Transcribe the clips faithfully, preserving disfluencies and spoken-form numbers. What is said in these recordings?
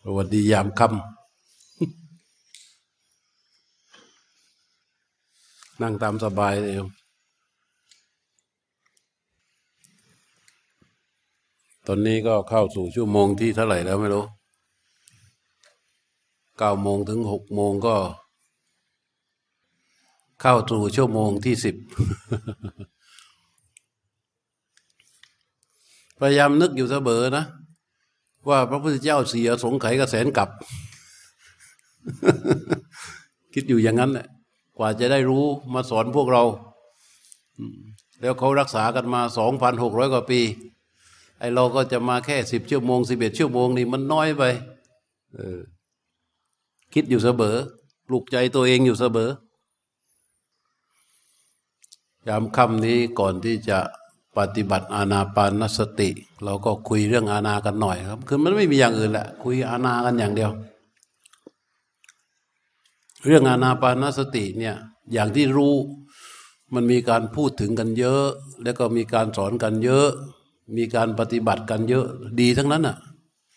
สวัสดียามค่ำนั่งตามสบายเลยตอนนี้ก็เข้าสู่ชั่วโมงที่เท่าไหร่แล้วไม่รู้เก้าโมงถึงหกโมงก็เข้าสู่ชั่วโมงที่สิบ พยายามนึกอยู่เสมอนะว่าพระพุทธเจ้าเสียสงไขยกระแสนกลับ คิดอยู่อย่างนั้นแหละกว่าจะได้รู้มาสอนพวกเราแล้วเขารักษากันมา สองพันหกร้อย กว่าปีไอ้เราก็จะมาแค่สิบชั่วโมงสิบเอ็ดชั่วโมงนี่มันน้อยไปเออคิดอยู่เสมอปลุกใจตัวเองอยู่เสมอยามค่ำนี้ก่อนที่จะปฏิบัติอานาปานสติเราก็คุยเรื่องอานากันหน่อยครับคือมันไม่มีอย่างอื่นแหละคุยอานากันอย่างเดียวเรื่องอานาปานสติเนี่ยอย่างที่รู้มันมีการพูดถึงกันเยอะแล้วก็มีการสอนกันเยอะมีการปฏิบัติกันเยอะดีทั้งนั้นน่ะ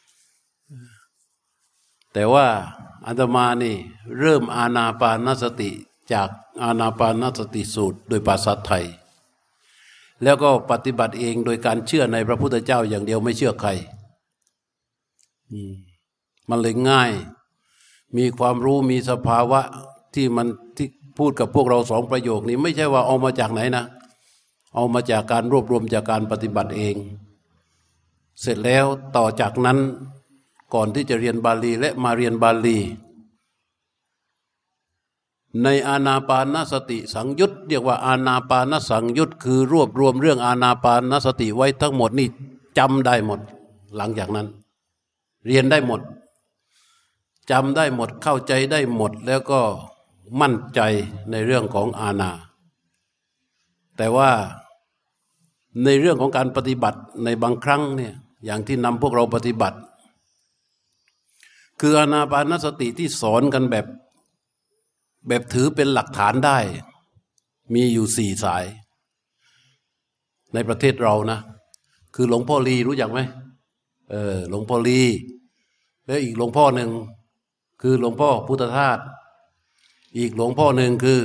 แต่ว่าอาตมานี่เริ่มอานาปานสติจากอานาปานสติสูตรโดยภาษาไทยแล้วก็ปฏิบัติเองโดยการเชื่อในพระพุทธเจ้าอย่างเดียวไม่เชื่อใครมันเลยง่ายมีความรู้มีสภาวะที่มันที่พูดกับพวกเราสองประโยคนี้ไม่ใช่ว่าเอามาจากไหนนะเอามาจากการรวบรวมจากการปฏิบัติเองเสร็จแล้วต่อจากนั้นก่อนที่จะเรียนบาลีและมาเรียนบาลีในอานาปานสติสังยุตเรียกว่าอานาปานสังยุตคือรวบรวมเรื่องอานาปานสติไว้ทั้งหมดนี่จำได้หมดหลังจากนั้นเรียนได้หมดจำได้หมดเข้าใจได้หมดแล้วก็มั่นใจในเรื่องของอานาแต่ว่าในเรื่องของการปฏิบัติในบางครั้งเนี่ยอย่างที่นำพวกเราปฏิบัติคืออานาปานสติที่สอนกันแบบแบบถือเป็นหลักฐานได้มีอยู่สี่สายในประเทศเรานะคือหลวงพ่อลีรู้จักไหมเออหลวงพ่อลีแล้วอีกหลวงพ่อหนึ่งคือหลวงพ่อพุทธทาสอีกหลวงพ่อหนึ่งคือ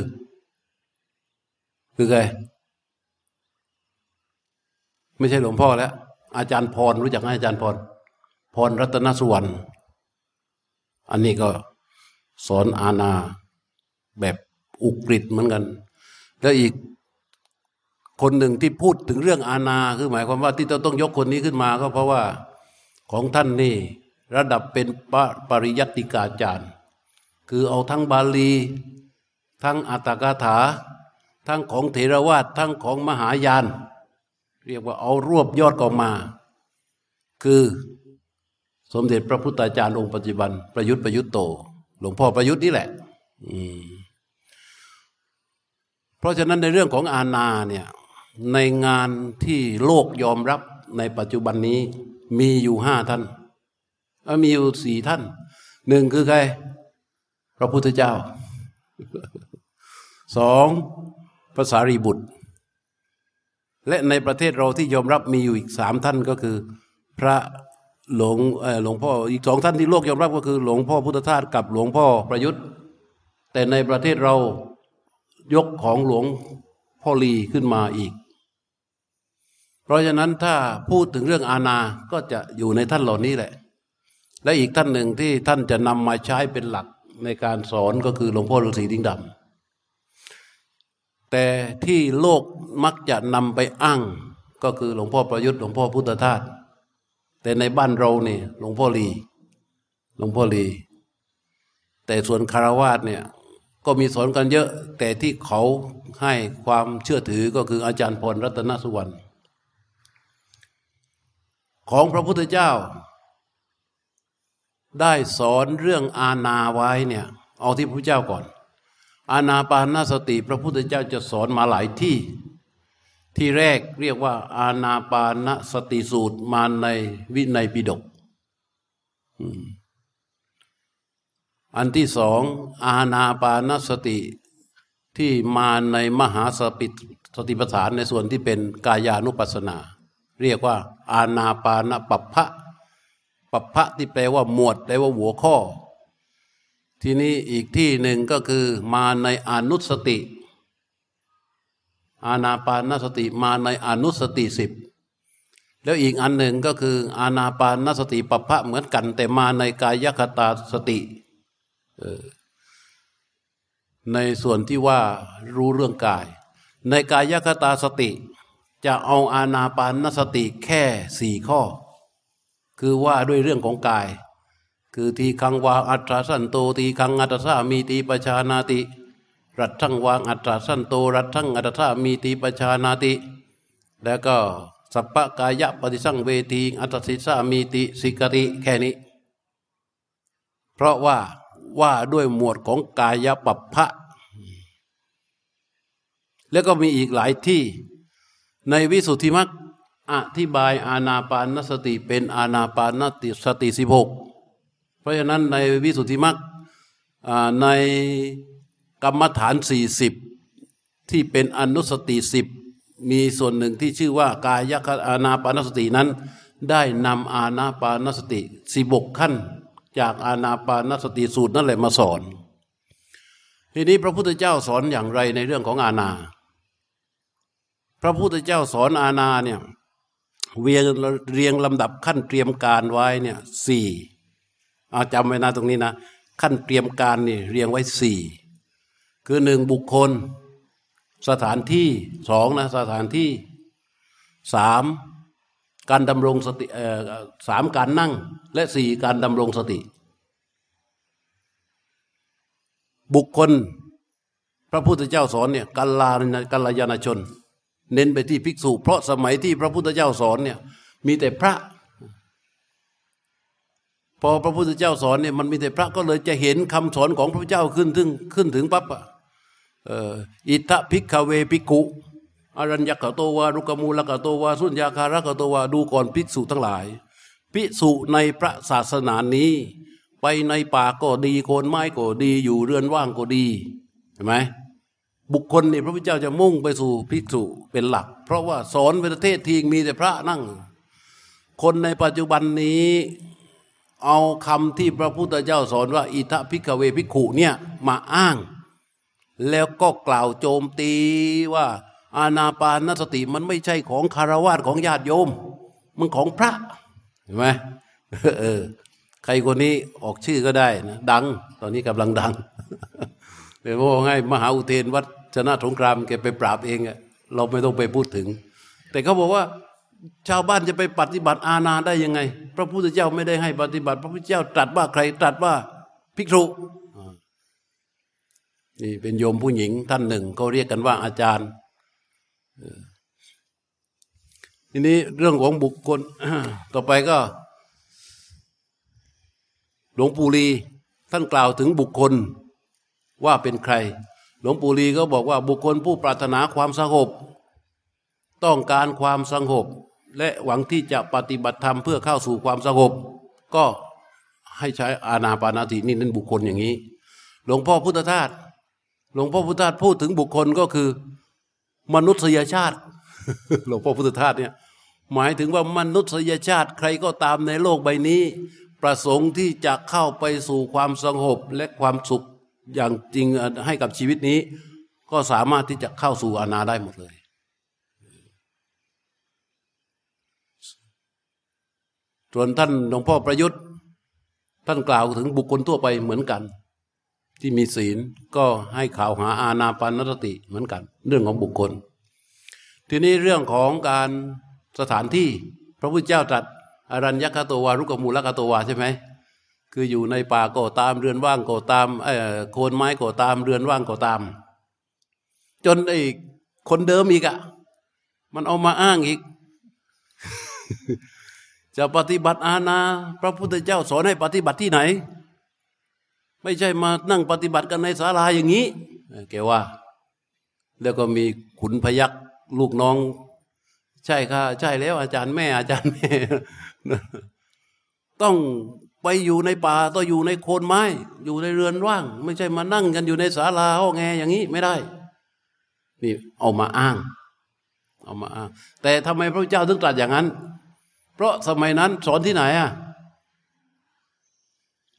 คือใครไม่ใช่หลวงพ่อแล้วอาจารย์พรรู้จักไหมอาจารย์พรพรรัตนสุวรรณอันนี้ก็สอนอาณาแบบอุกฤษเหมือนกันแล้วอีกคนหนึ่งที่พูดถึงเรื่องอาณาคือหมายความว่าที่เราต้องยกคนนี้ขึ้นมาก็เพราะว่าของท่านนี่ระดับเป็นปริยัติกาจารย์คือเอาทั้งบาลีทั้งอัตถกถาทั้งของเถรวาททั้งของมหายานเรียกว่าเอารวบยอดออกมาคือสมเด็จพระพุทธาจารย์องค์ปัจจุบันประยุทธ์ประยุทธ์โตหลวงพ่อประยุทธ์นี่แหละเพราะฉะนั้นในเรื่องของอาณาเนี่ยในงานที่โลกยอมรับในปัจจุบันนี้มีอยู่ห้าท่านมีอยู่สี่ท่านหนึ่งคือใครพระพุทธเจ้าสองพระสารีบุตรและในประเทศเราที่ยอมรับมีอยู่อีกสามท่านก็คือพระหลวงเอ่อหลวงพ่ออีกสองท่านที่โลกยอมรับก็คือหลวงพ่อพุทธทาสกับหลวงพ่อประยุทธ์แต่ในประเทศเรายกของหลวงพ่อลีขึ้นมาอีกเพราะฉะนั้นถ้าพูดถึงเรื่องอาณาก็จะอยู่ในท่านเหล่านี้แหละและอีกท่านหนึ่งที่ท่านจะนำมาใช้เป็นหลักในการสอนก็คือหลวงพ่อฤาษีดิ้งดำแต่ที่โลกมักจะนำไปอ้างก็คือหลวงพ่อประยุทธ์หลวงพ่อพุทธทาสแต่ในบ้านเราเนี่ยหลวงพ่อลีหลวงพ่อลีแต่ส่วนคฤหัสถ์เนี่ยก็มีสอนกันเยอะแต่ที่เขาให้ความเชื่อถือก็คืออาจารย์พรรัตนสุวรรณของพระพุทธเจ้าได้สอนเรื่องอาณาไว้เนี่ยเอาที่พระพุทธเจ้าก่อนอานาปานสติพระพุทธเจ้าจะสอนมาหลายที่ที่แรกเรียกว่าอานาปานสติสูตรมาในวินัยปิฎกอันที่สองอานาปานสติที่มาในมหาสติสติปัฏฐานในส่วนที่เป็นกายานุปัสสนาเรียกว่าอานาปานปัปพะปัปพะที่แปลว่าหมวดแปลว่าหัวข้อทีนี้อีกที่หนึ่งก็คือมาในอนุสติอานาปานสติมาในอนุสติสิบแล้วอีกอันหนึ่งก็คืออานาปานสติปัปพะเหมือนกันแต่มาในกายคตาสติในส่วนที่ว่ารู้เรื่องกายในกายคตาสติจะเอาอานาปานสติแค่สี่ข้อคือว่าด้วยเรื่องของกายคือทีคังวางอัตราสันโตทีคังอัตสามีตีปชานาติรัตถังวางอัตราสันโตรัตถังอัตสามีตีปชานาติแล้วก็สัพพกายะปฏิสังเวทีอัตสิสามีติสิกติแค่นี้เพราะว่าว่าด้วยหมวดของกายปัปพะแล้วก็มีอีกหลายที่ในวิสุทธิมรรคอธิบายอานาปานสติเป็นอานาปานสติสิบหกเพราะฉะนั้นในวิสุทธิมรรคในกรรมฐานสี่สิบที่เป็นอนุสติสิบมีส่วนหนึ่งที่ชื่อว่ากายอานาปานสตินั้นได้นำอานาปานสติสิบหกขั้นจากอานาปานสติสูตรนั่นแหละมาสอนทีนี้พระพุทธเจ้าสอนอย่างไรในเรื่องของอานาพระพุทธเจ้าสอนอานาเนี่ยเรียงเรียงลำดับขั้นเตรียมการไว้เนี่ยสี่เอาจำไว้นะตรงนี้นะขั้นเตรียมการนี่เรียงไว้สี่คือหนึ่งบุคคลสถานที่สองนะสถานที่สามการดำรงสติเอ่อสามการนั่งและสี่การดำรงสติบุคคลพระพุทธเจ้าสอนเนี่ยกัลลากัลยาณชนเน้นไปที่ภิกษุเพราะสมัยที่พระพุทธเจ้าสอนเนี่ยมีแต่พระพอพระพุทธเจ้าสอนเนี่ยมันมีแต่พระก็เลยจะเห็นคำสอนของพระเจ้าขึ้นถึงขึ้นถึงปั๊บอ่ะอิทะภิกขเวภิกขุอรัญญกโตวารุกมูลกโตวาสุญญาคารกโตวาดูก่อนภิกษุทั้งหลายภิกษุในพระศาสนานี้ไปในป่าก็ดีโคนไม้ก็ดีอยู่เรือนว่างก็ดีเห็นไหมบุคคลนี่พระพุทธเจ้าจะมุ่งไปสู่ภิกษุเป็นหลักเพราะว่าสอนประเทศทีมีแต่พระนั่งคนในปัจจุบันนี้เอาคำที่พระพุทธเจ้าสอนว่าอิทะภิกขเวภิกขุเนี่ยมาอ้างแล้วก็กล่าวโจมตีว่าอานาปานสติมันไม่ใช่ของคารวะของญาติโยมมันของพระเห็นไหมเออใครคนนี้ออกชื่อก็ได้นะดังตอนนี้กำลังดังเดี๋ยวว่าให้มหาอุเทนวัดชนะสงครามแกไปปราบเองอะเราไม่ต้องไปพูดถึงแต่เขาบอกว่าชาวบ้านจะไปปฏิบัติอาณาได้ยังไงพระพุทธเจ้าไม่ได้ให้ปฏิบัติพระพุทธเจ้าตรัสว่าใครตรัสว่าภิกษุนี่เป็นโยมผู้หญิงท่านหนึ่งเขาเรียกกันว่าอาจารย์ทีนี้เรื่องของบุคคลต่อไปก็หลวงปู่ลีท่านกล่าวถึงบุคคลว่าเป็นใครหลวงปู่ลีก็บอกว่าบุคคลผู้ปรารถนาความสงบต้องการความสงบและหวังที่จะปฏิบัติธรรมเพื่อเข้าสู่ความสงบก็ให้ใช้อานาปานสตินี่นั่นบุคคลอย่างนี้หลวงพ่อพุทธทาสหลวงพ่อพุทธทาสพูดถึงบุคคลก็คือมนุษยชาติหลวงพ่อพุทธทาสเนี่ยหมายถึงว่ามนุษยชาติใครก็ตามในโลกใบนี้ประสงค์ที่จะเข้าไปสู่ความสงบและความสุขอย่างจริงให้กับชีวิตนี้ก็สามารถที่จะเข้าสู่อานาได้หมดเลยส่วนท่านหลวงพ่อประยุทธ์ท่านกล่าวถึงบุคคลทั่วไปเหมือนกันที่มีศีลก็ให้ข่าวหาอานาปานสติเหมือนกันเรื่องของบุคคลทีนี้เรื่องของการสถานที่พระพุทธเจ้าตรัสอรัญญคโตวารุกมูลกโตวาใช่ไหมคืออยู่ในป่าก็ตามเรือนว่างก็ตามเอ่อโคนไม้ก็ตามเรือนว่างก็ตามจนไอ้คนเดิมอีกอ่ะมันเอามาอ้างอีก จะปฏิบัติอาณาพระพุทธเจ้าสอนให้ปฏิบัติที่ไหนไม่ใช่มานั่งปฏิบัติกันในศาลาอย่างนี้แกว่าแล้วก็มีขุนพยัคฆ์ลูกน้องใช่ค่ะใช่แล้วอาจารย์แม่อาจารย์แม่ ต้องไปอยู่ในป่าต้องอยู่ในโคนไม้อยู่ในเรือนว่างไม่ใช่มานั่งกันอยู่ในศาลาห้องแอร์อย่างนี้ไม่ได้นี่เอามาอ้างเอามาอ้างแต่ทำไมพระเจ้าถึงตรัสอย่างนั้นเพราะสมัยนั้นสอนที่ไหนอ่ะ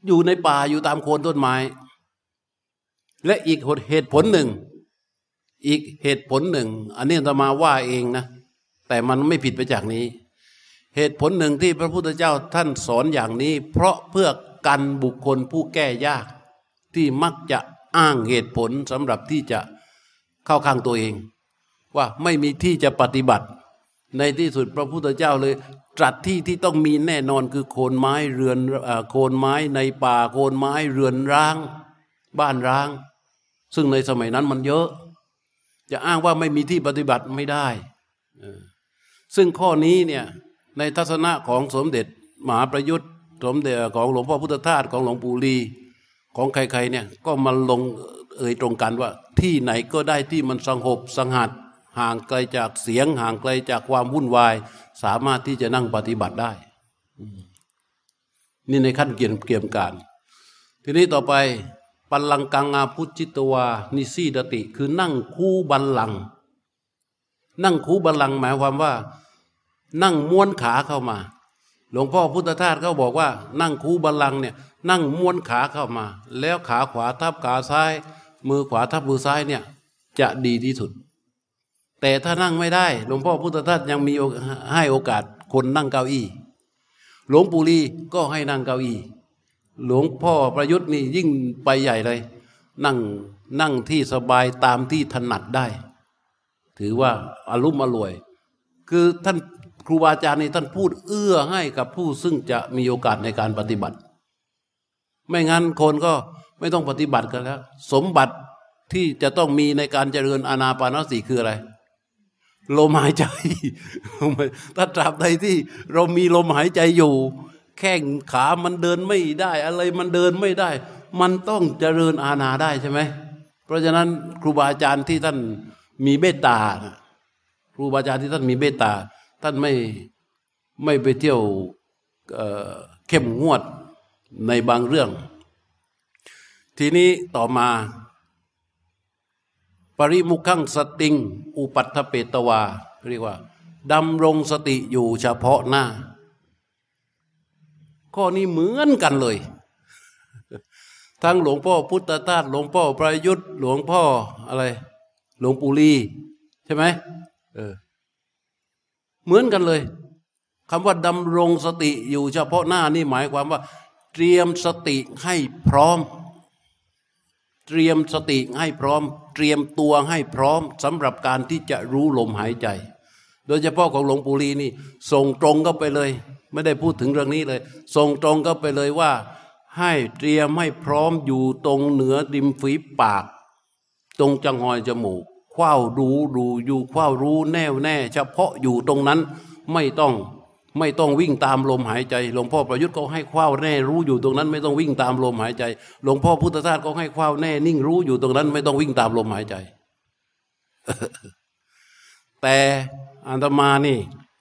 อยู่ในป่าอยู่ตามโคนต้นไม้และอีกเหตุผลหนึ่งอีกเหตุผลหนึ่งอันนี้อาตมาว่าเองนะแต่มันไม่ผิดไปจากนี้เหตุผลหนึ่งที่พระพุทธเจ้าท่านสอนอย่างนี้เพราะเพื่อกันบุคคลผู้แก้ยากที่มักจะอ้างเหตุผลสำหรับที่จะเข้าข้างตัวเองว่าไม่มีที่จะปฏิบัติในที่สุดพระพุทธเจ้าเลยตรัสที่ที่ต้องมีแน่นอนคือโคนไม้เรือนโคนไม้ในป่าโคนไม้เรือนร้างบ้านร้างซึ่งในสมัยนั้นมันเยอะจะอ้างว่าไม่มีที่ปฏิบัติไม่ได้ซึ่งข้อนี้เนี่ยในทัศนะของสมเด็จมหาประยุทธ์สมเด็จของหลวงพ่อพุทธทาสของหลวงปู่ลีของใครๆเนี่ยก็มาลงเอ่ยตรงกันว่าที่ไหนก็ได้ที่มันสงบสงัดห่างไกลจากเสียงห่างไกลจากความวุ่นวายสามารถที่จะนั่งปฏิบัติได้นี่ในขั้นเกี่ยมเกี่ยมการทีนี้ต่อไปปัลลังกังอาพุจิตวานิสีดติคือนั่งคู่บัลลังก์นั่งคู่บัลลังก์หมายความว่านั่งม้วนขาเข้ามาหลวงพ่อพุทธทาสเขาบอกว่านั่งคู่บัลลังก์เนี่ยนั่งม้วนขาเข้ามาแล้วขาขวาทับขาซ้ายมือขวาทับมือซ้ายเนี่ยจะดีที่สุดแต่ถ้านั่งไม่ได้หลวงพ่อพุทธทาสยังมีให้โอกาสคนนั่งเก้าอี้หลวงปู่ลีก็ให้นั่งเก้าอี้หลวงพ่อประยุทธ์นี่ยิ่งไปใหญ่เลยนั่งนั่งที่สบายตามที่ถนัดได้ถือว่าอารมณ์อร่วยคือท่านครูบาอาจารย์นี่ท่านพูดเอื้อให้กับผู้ซึ่งจะมีโอกาสในการปฏิบัติไม่งั้นคนก็ไม่ต้องปฏิบัติกันแล้วสมบัติที่จะต้องมีในการเจริญอานาปานสติคืออะไรลมหายใจถ้าตราบใดที่เรามีลมหายใจอยู่แข้งขามันเดินไม่ได้อะไรมันเดินไม่ได้มันต้องเจริญอานาได้ใช่ไหมเพราะฉะนั้นครูบาอาจารย์ที่ท่านมีเมตตาครูบาอาจารย์ที่ท่านมีเมตตาท่านไม่ไม่ไปเที่ยวเอ่อเข้มงวดในบางเรื่องทีนี้ต่อมาปริมุขังสติงอุปัฏฐเปตวาเรียกว่าดำรงสติอยู่เฉพาะหน้าข้อนี้เหมือนกันเลยทั้งหลวงพ่อพุทธทาสหลวงพ่อประยุทธ์หลวงพ่ออะไรหลวงปู่ลีใช่ไหมเออเหมือนกันเลยคำว่าดำรงสติอยู่เฉพาะหน้านี่หมายความว่าเตรียมสติให้พร้อมเตรียมสติให้พร้อมเตรียมตัวให้พร้อมสำหรับการที่จะรู้ลมหายใจโดยเฉพาะของหลวงปู่ลีนี่ส่งตรงเข้าไปเลยไม่ได้พูดถึงเรื่องนี้เลยส่งตรงเข้าไปเลยว่าให้เตรียมให้พร้อมอยู่ตรงเหนือริมฝีปากตรงจังหอยจมูกคว้าดูดูอยู่คว้ารู้แน่วแน่เฉพาะอยู่ตรงนั้นไม่ต้องไม่ต้องวิ่งตามลมหายใจหลวงพ่อประยุทธ์เขาให้คว้าแน่รู้อยู่ตรงนั้นไม่ต้องวิ่งตามลมหายใจหลวงพ่อพุทธทาสก็ให้คว้าแน่นิ่งรู้อยู่ตรงนั้นไม่ต้องวิ่งตามลมหายใจ แต่อาตมานี่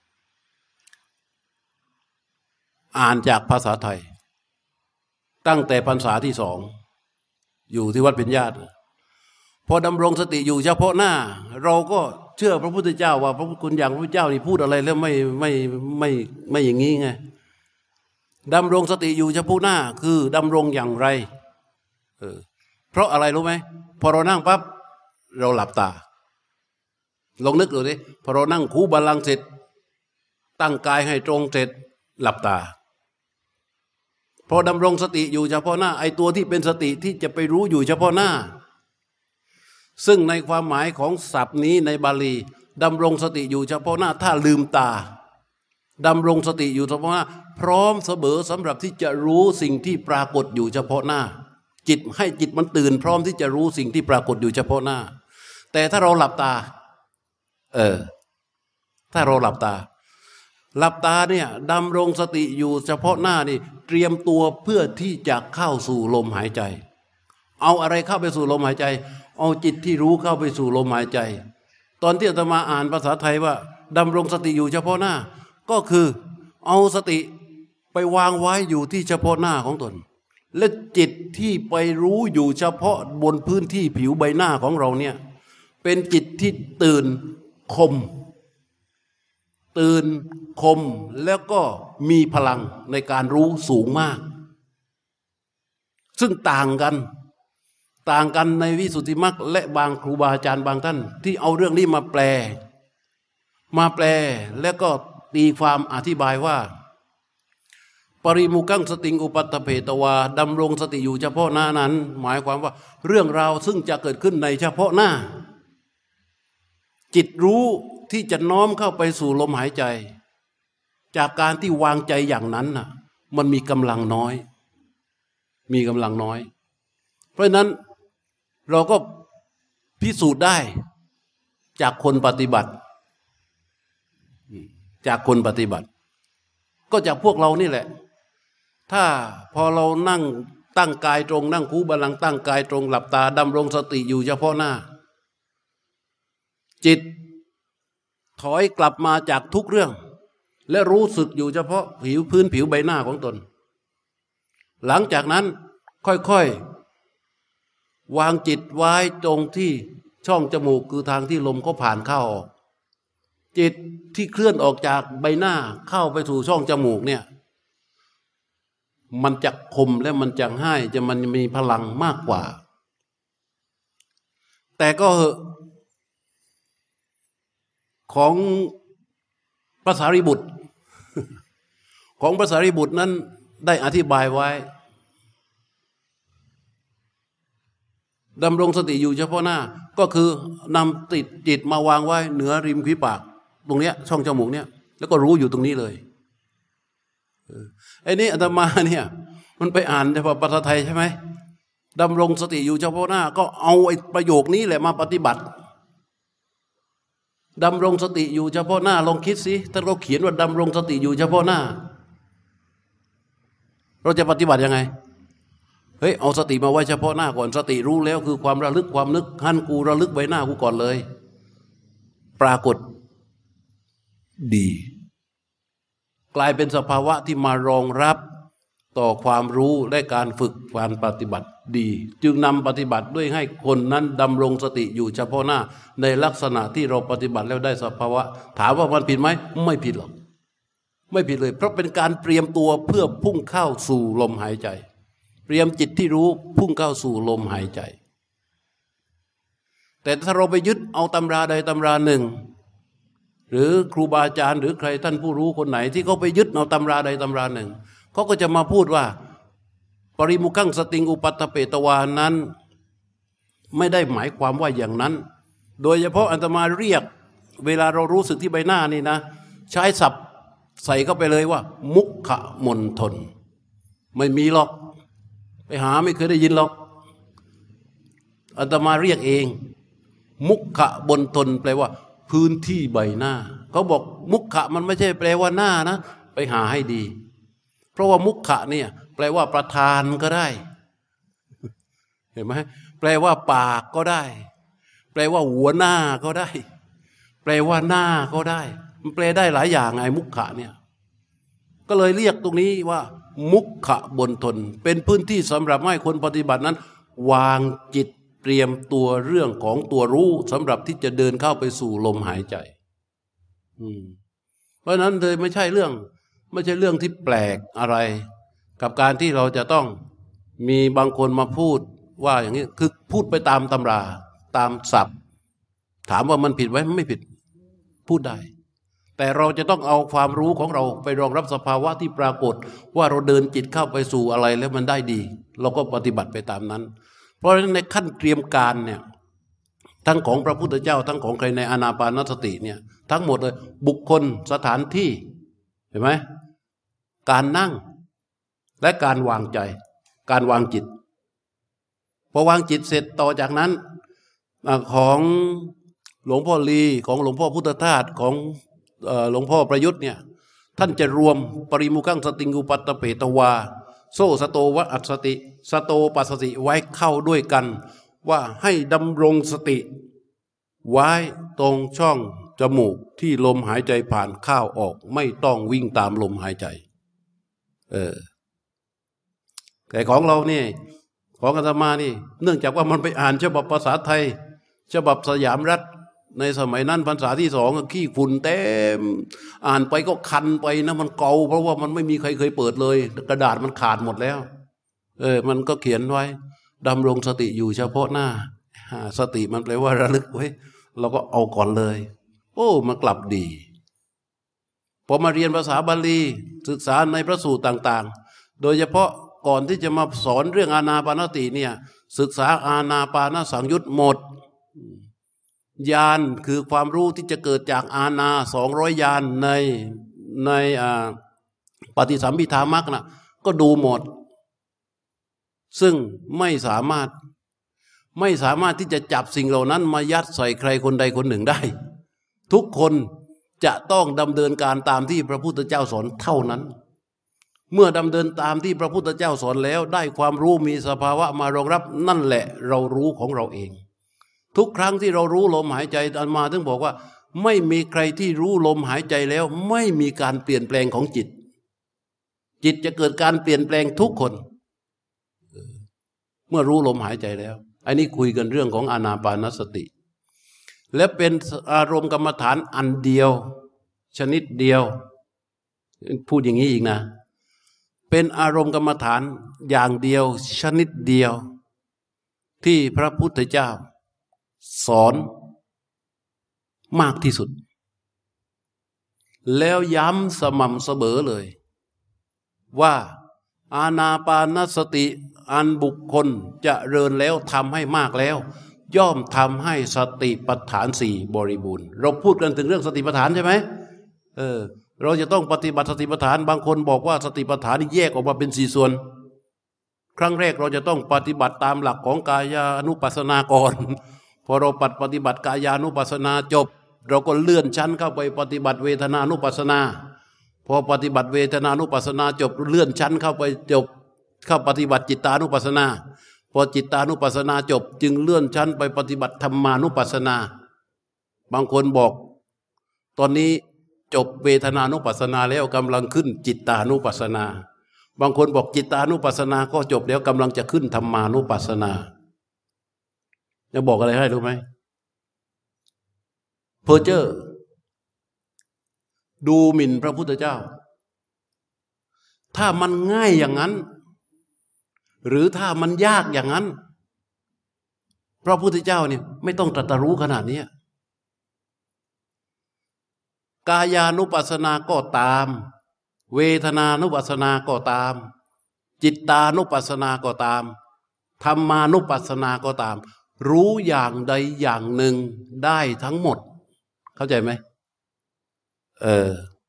อ่านจากภาษาไทยตั้งแต่พรรษาที่สองอยู่ที่วัดเพ็ญญาติพอดำรงสติอยู่เฉพาะหน้าเราก็เชื่อพระพุทธเจ้าว่าพระคุณอย่างพระพุทธเจ้านี่พูดอะไรแล้วไม่ไม่ไม่ไม่อย่างนี้ไงดำรงสติอยู่เฉพาะหน้าคือดำรงอย่างไรเออเพราะอะไรรู้ไหมพอเรานั่งปั๊บเราหลับตาลองนึกดูดิพอเรานั่งคูบัลลังก์เสร็จตั้งกายให้ตรงเสร็จหลับตาพอดำรงสติอยู่เฉพาะหน้าไอ้ตัวที่เป็นสติที่จะไปรู้อยู่เฉพาะหน้าซึ่งในความหมายของศัพท์นี้ในบาลีดำรงสติอยู่เฉพาะหน้าถ้าลืมตาดำรงสติอยู่เฉพาะหน้าพร้อมเสมอสำหรับที่จะรู้สิ่งที่ปรากฏอยู่เฉพาะหน้าจิตให้จิตมันตื่นพร้อมที่จะรู้สิ่งที่ปรากฏอยู่เฉพาะหน้าแต่ถ้าเราหลับตาเออถ้าเราหลับตาหลับตาเนี่ยดำรงสติอยู่เฉพาะหน้านี่เตรียมตัวเพื่อที่จะเข้าสู่ลมหายใจเอาอะไรเข้าไปสู่ลมหายใจเอาจิตที่รู้เข้าไปสู่ลมหายใจตอนที่อาตมาอ่านภาษาไทยว่าดำรงสติอยู่เฉพาะหน้าก็คือเอาสติไปวางไว้อยู่ที่เฉพาะหน้าของตนและจิตที่ไปรู้อยู่เฉพาะบนพื้นที่ผิวใบหน้าของเราเนี่ยเป็นจิตที่ตื่นคมตื่นคมแล้วก็มีพลังในการรู้สูงมากซึ่งต่างกันต่างกันในวิสุทธิมรรคและบางครูบาอาจารย์บางท่านที่เอาเรื่องนี้มาแปลมาแปลแล้วก็ตีความอธิบายว่าปริมุขังสติงอุปัฏฐเพตวาดำรงสติอยู่เฉพาะหน้านั้นหมายความว่าเรื่องราวซึ่งจะเกิดขึ้นในเฉพาะหน้าจิตรู้ที่จะน้อมเข้าไปสู่ลมหายใจจากการที่วางใจอย่างนั้นน่ะมันมีกำลังน้อยมีกำลังน้อยเพราะฉะนั้นเราก็พิสูจน์ได้จากคนปฏิบัติจากคนปฏิบัติก็จากพวกเรานี่แหละถ้าพอเรานั่งตั้งกายตรงนั่งคูบัลลังก์ตั้งกายตรงหลับตาดำรงสติอยู่เฉพาะหน้าจิตถอยกลับมาจากทุกเรื่องและรู้สึกอยู่เฉพาะผิวพื้นผิวใบหน้าของตนหลังจากนั้นค่อยๆวางจิตไว้ตรงที่ช่องจมูกคือทางที่ลมเขาผ่านเข้าออกจิตที่เคลื่อนออกจากใบหน้าเข้าไปสู่ช่องจมูกเนี่ยมันจะคมและมันจะให้จะมันมีพลังมากกว่าแต่ก็เหอะของพระสารีบุตรของพระสารีบุตรนั้นได้อธิบายไว้ดำรงสติอยู่เฉพาะหน้าก็คือนำติดจิตมาวางไว้เหนือริมฝีปากตรงเนี้ยช่องจมูกเนี้ยแล้วก็รู้อยู่ตรงนี้เลยไอ้นี่อาตมาเนี่ยมันไปอ่านในภาษาไทยใช่ไหมดำรงสติอยู่เฉพาะหน้าก็เอาไอ้ประโยคนี้แหละมาปฏิบัติดำรงสติอยู่เฉพาะหน้าลองคิดสิถ้าเราเขียนว่าดำรงสติอยู่เฉพาะหน้าเราจะปฏิบัติยังไงเฮ้ยเอาสติมาไว้เฉพาะหน้าก่อนสติรู้แล้วคือความระลึกความนึกหันกูระลึกใบหน้ากูก่อนเลยปรากฏดีกลายเป็นสภาวะที่มารองรับต่อความรู้และการฝึกการปฏิบัติดีจึงนำปฏิบัติด้วยให้คนนั้นดำรงสติอยู่เฉพาะหน้าในลักษณะที่เราปฏิบัติแล้วได้สภาวะถามว่ามันผิดไหมไม่ผิดหรอกไม่ผิดเลยเพราะเป็นการเตรียมตัวเพื่อพุ่งเข้าสู่ลมหายใจเตรียมจิตที่รู้พุ่งเข้าสู่ลมหายใจแต่ถ้าเราไปยึดเอาตำราใดตำราหนึ่งหรือครูบาอาจารย์หรือใครท่านผู้รู้คนไหนที่เขาไปยึดเอาตำราใดตำราหนึ่งเขาก็จะมาพูดว่าปริมุขังสติงอุปัฏฐเพตวานั้นไม่ได้หมายความว่าอย่างนั้นโดยเฉพาะอาตมาเรียกเวลาเรารู้สึกที่ใบหน้านี่นะใช้ศัพท์ใส่เข้าไปเลยว่ามุขมณฑลไม่มีหรอกไปหาไม่เคยได้ยินหรอกอาตมาเรียกเองมุขมณฑลแปลว่าพื้นที่ใบหน้าเขาบอกมุขะมันไม่ใช่แปลว่าหน้านะไปหาให้ดีเพราะว่ามุขะเนี่ยแปลว่าประธานก็ได้เห็นไหมแปลว่าปากก็ได้แปลว่าหัวหน้าก็ได้แปลว่าหน้าก็ได้มันแปลได้หลายอย่างไงมุขะเนี่ยก็เลยเรียกตรงนี้ว่ามุขมณฑลเป็นพื้นที่สำหรับให้คนปฏิบัตินั้นวางจิตเตรียมตัวเรื่องของตัวรู้สำหรับที่จะเดินเข้าไปสู่ลมหายใจเพราะนั้นเลยไม่ใช่เรื่องไม่ใช่เรื่องที่แปลกอะไรกับการที่เราจะต้องมีบางคนมาพูดว่าอย่างนี้คือพูดไปตามตำราตามศัพท์ถามว่ามันผิดไหมไม่ผิดพูดได้แต่เราจะต้องเอาความรู้ของเราไปรองรับสภาวะที่ปรากฏว่าเราเดินจิตเข้าไปสู่อะไรแล้วมันได้ดีเราก็ปฏิบัติไปตามนั้นเพราะฉะนั้นในขั้นเตรียมการเนี่ยทั้งของพระพุทธเจ้าทั้งของใครในอานาปานสติเนี่ยทั้งหมดเลยบุคคลสถานที่เห็นไหมการนั่งและการวางใจการวางจิตพอวางจิตเสร็จต่อจากนั้นของหลวงพ่อลีของหลวงพ่อพุทธทาสของหลวงพ่อประยุทธ์เนี่ยท่านจะรวมปริมุขังสติงอุปัฏฐเพตวาโซสโตวะอัสสติสโตปัสสติไว้เข้าด้วยกันว่าให้ดำรงสติไว้ตรงช่องจมูกที่ลมหายใจผ่านเข้าออกไม่ต้องวิ่งตามลมหายใจเออแต่ของเรานี่ของอาตมานี่เนื่องจากว่ามันไปอ่านฉบับภาษาไทยฉบับสยามรัฐในสมัยนั้นภาษาที่สองขี้ฝุ่นเต็มอ่านไปก็คันไปนะมันเกาเพราะว่ามันไม่มีใครเคยเปิดเลยกระดาษมันขาดหมดแล้วเออมันก็เขียนไว้ดำรงสติอยู่เฉพาะหน้าสติมันแปลว่าระลึกไว้เราก็เอาก่อนเลยโอ้มันกลับดีพอมาเรียนภาษาบาลีศึกษาในพระสูตรต่างๆโดยเฉพาะก่อนที่จะมาสอนเรื่องอานาปานสติเนี่ยศึกษาอานาปานสังยุตหมดญาณคือความรู้ที่จะเกิดจากอานาสองร้อยญาณในในปฏิสัมภิธามรรคนะก็ดูหมดซึ่งไม่สามารถไม่สามารถที่จะจับสิ่งเหล่านั้นมายัดใส่ใครคนใดคนหนึ่งได้ทุกคนจะต้องดำเนินการตามที่พระพุทธเจ้าสอนเท่านั้นเมื่อดำเนินตามที่พระพุทธเจ้าสอนแล้วได้ความรู้มีสภาวะมารองรับนั่นแหละเรารู้ของเราเองทุกครั้งที่เรารู้ลมหายใจอาตมาถึงบอกว่าไม่มีใครที่รู้ลมหายใจแล้วไม่มีการเปลี่ยนแปลงของจิตจิตจะเกิดการเปลี่ยนแปลงทุกคนเมื่อรู้ลมหายใจแล้วอันนี้คุยกันเรื่องของอานาปานสติและเป็นอารมณ์กรรมฐานอันเดียวชนิดเดียวพูดอย่างนี้อีกนะเป็นอารมณ์กรรมฐานอย่างเดียวชนิดเดียวที่พระพุทธเจ้าสอนมากที่สุดแล้วย้ำสม่ำเสมอเลยว่าอานาปานสติอันบุคคลจะเริญแล้วทำให้มากแล้วย่อมทำให้สติปัฏฐานสี่บริบูรณ์เราพูดกันถึงเรื่องสติปัฏฐานใช่ไหมเออเราจะต้องปฏิบัติสติปัฏฐานบางคนบอกว่าสติปัฏฐานนี่แยกออกมาเป็นสี่ส่วนครั้งแรกเราจะต้องปฏิบัติตามหลักของกายานุปัสสนาก่อนพอเราปฏิบัติกายานุปัสสนาจบเราก็เลื่อนชั้นเข้าไปปฏิบัติเวทนานุปัสสนาพอปฏิบัติเวทนานุปัสสนาจบเลื่อนชั้นเข้าไปจบเข้าปฏิบัติจิตานุปัสสนาพอจิตานุปัสสนาจบจึงเลื่อนชั้นไปปฏิบัติธรรมานุปัสสนาบางคนบอกตอนนี้จบเวทนานุปัสสนาแล้วกำลังขึ้นจิตานุปัสสนาบางคนบอกจิตานุปัสสนาก็จบแล้วกำลังจะขึ้นธรรมานุปัสสนาจะบอกอะไรให้รู้ไหมเพอเจอร์ดูหมิ่นพระพุทธเจ้าถ้ามันง่ายอย่างนั้นหรือถ้ามันยากอย่างนั้นพระพุทธเจ้าเนี่ยไม่ต้องตรัสรู้ขนาดนี้กายานุปัสสนาก็ตามเวทนานุปัสสนาก็ตามจิตตานุปัสสนาก็ตามธรรมานุปัสสนาก็ตามรู้อย่างใดอย่างหนึ่งได้ทั้งหมดเข้าใจไหมเออ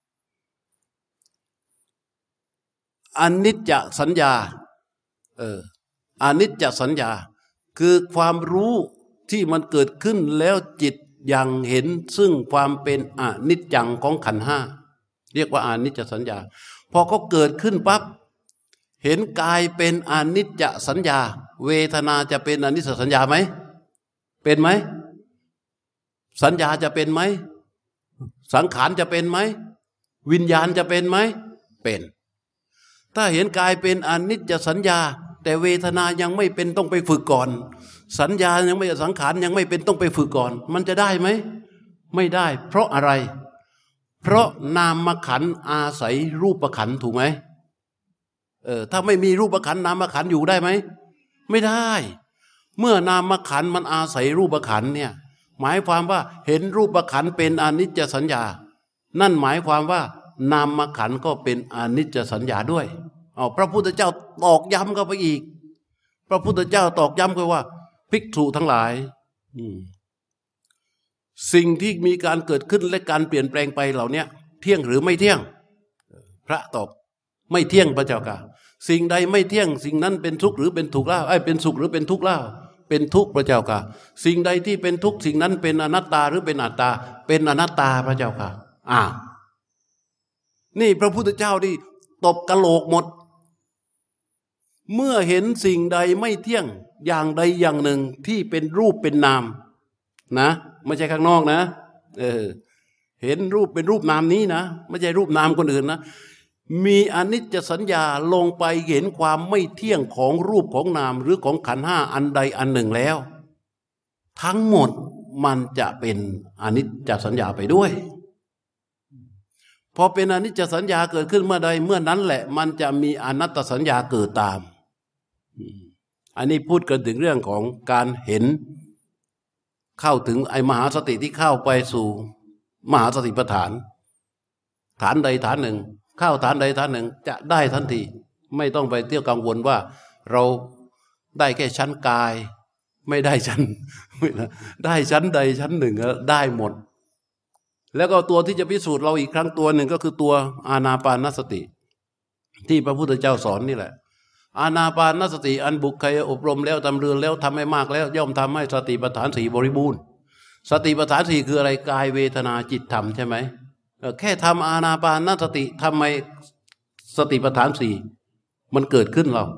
อนิจจสัญญาเอออนิจจสัญญาคือความรู้ที่มันเกิดขึ้นแล้วจิตยังเห็นซึ่งความเป็นอนิจจังของขันธ์ห้าเรียกว่าอนิจจสัญญาพอเขาเกิดขึ้นปั๊บเห็นกายเป็นอนิจจสัญญาเวทนาจะเป็นอนิจจสัญญาไหมเป็นไหมสัญญาจะเป็นไหมสังขารจะเป็นไหมวิญญาณจะเป็นไหมเป็นถ้าเห็นกายเป็นอนิจจสัญญาแต่เวทนายังไม่เป็นต้องไปฝึกก่อนสัญญายังไม่สังขารยังไม่เป็นต้องไปฝึกก่อนมันจะได้ไหมไม่ได้เพราะอะไรเพราะนามขันธ์อาศัยรูปขันธ์ถูกไหมเออถ้าไม่มีรูปขันธ์นามขันธ์อยู่ได้ไหมไม่ได้เมื่อนามขันธ์มันอาศัยรูปขันธ์เนี่ยหมายความว่าเห็นรูปขันธ์เป็นอนิจจสัญญานั่นหมายความว่านามขันธ์ก็เป็นอนิจจสัญญาด้วยเอาพระพุทธเจ้าตอกย้ำเข้าไปอีกพระพุทธเจ้าตอกย้ำไปว่าภิกษุทั้งหลายสิ่งที่มีการเกิดขึ้นและการเปลี่ยนแปลงไปเหล่านี้เที่ยงหรือไม่เที่ยงพระตอบไม่เที่ยงพระเจ้าค่ะสิ่งใดไม่เที่ยงสิ่งนั้นเป็นทุกข์หรือเป็นทุกข์เล่าไอ้เป็นสุขหรือเป็นทุกข์เล่าเป็นทุกข์พระเจ้าค่ะสิ่งใดที่เป็นทุกข์สิ่งนั้นเป็นอนัตตาหรือเป็นอัตตาเป็นอนัตตาพระเจ้าค่ะอ้าวนี่พระพุทธเจ้าที่ตบกะโหลกหมดเมื่อเห็นสิ่งใดไม่เที่ยงอย่างใดอย่างหนึ่งที่เป็นรูปเป็นนามนะไม่ใช่ข้างนอกนะเออเห็นรูปเป็นรูปนามนี้นะไม่ใช่รูปนามคนอื่นนะมีอนิจจสัญญาลงไปเห็นความไม่เที่ยงของรูปของนามหรือของขันธ์ห้าอันใดอันหนึ่งแล้วทั้งหมดมันจะเป็นอนิจจสัญญาไปด้วยพอเป็นอนิจจสัญญาเกิดขึ้นเมื่อใดเมื่อนั้นแหละมันจะมีอนัตตสัญญาเกิดตามอันนี้พูดกันถึงเรื่องของการเห็นเข้าถึงไอ้มหาสติที่เข้าไปสู่มหาสติปัฏฐานฐานใดฐานหนึ่งเข้าฐานใดฐานหนึ่งจะได้ทันทีไม่ต้องไปเที่ยวกังวลว่าเราได้แค่ชั้นกายไม่ได้ชั้นได้ชั้นใดชั้นหนึ่งได้หมดแล้วก็ตัวที่จะพิสูจน์เราอีกครั้งตัวหนึ่งก็คือตัวอานาปานสติที่พระพุทธเจ้าสอนนี่แหละอานาปานสติอันบุคคลอบรมแล้วทำเรือนแล้วทำให้มากแล้วย่อมทำให้สติปัฏฐานสี่บริบูรณ์สติปัฏฐานสี่คืออะไรกายเวทนาจิตธรรมใช่ไหมแค่ทำอานาปานสติทำไมสติปัฏฐานสี่มันเกิดขึ้นเรา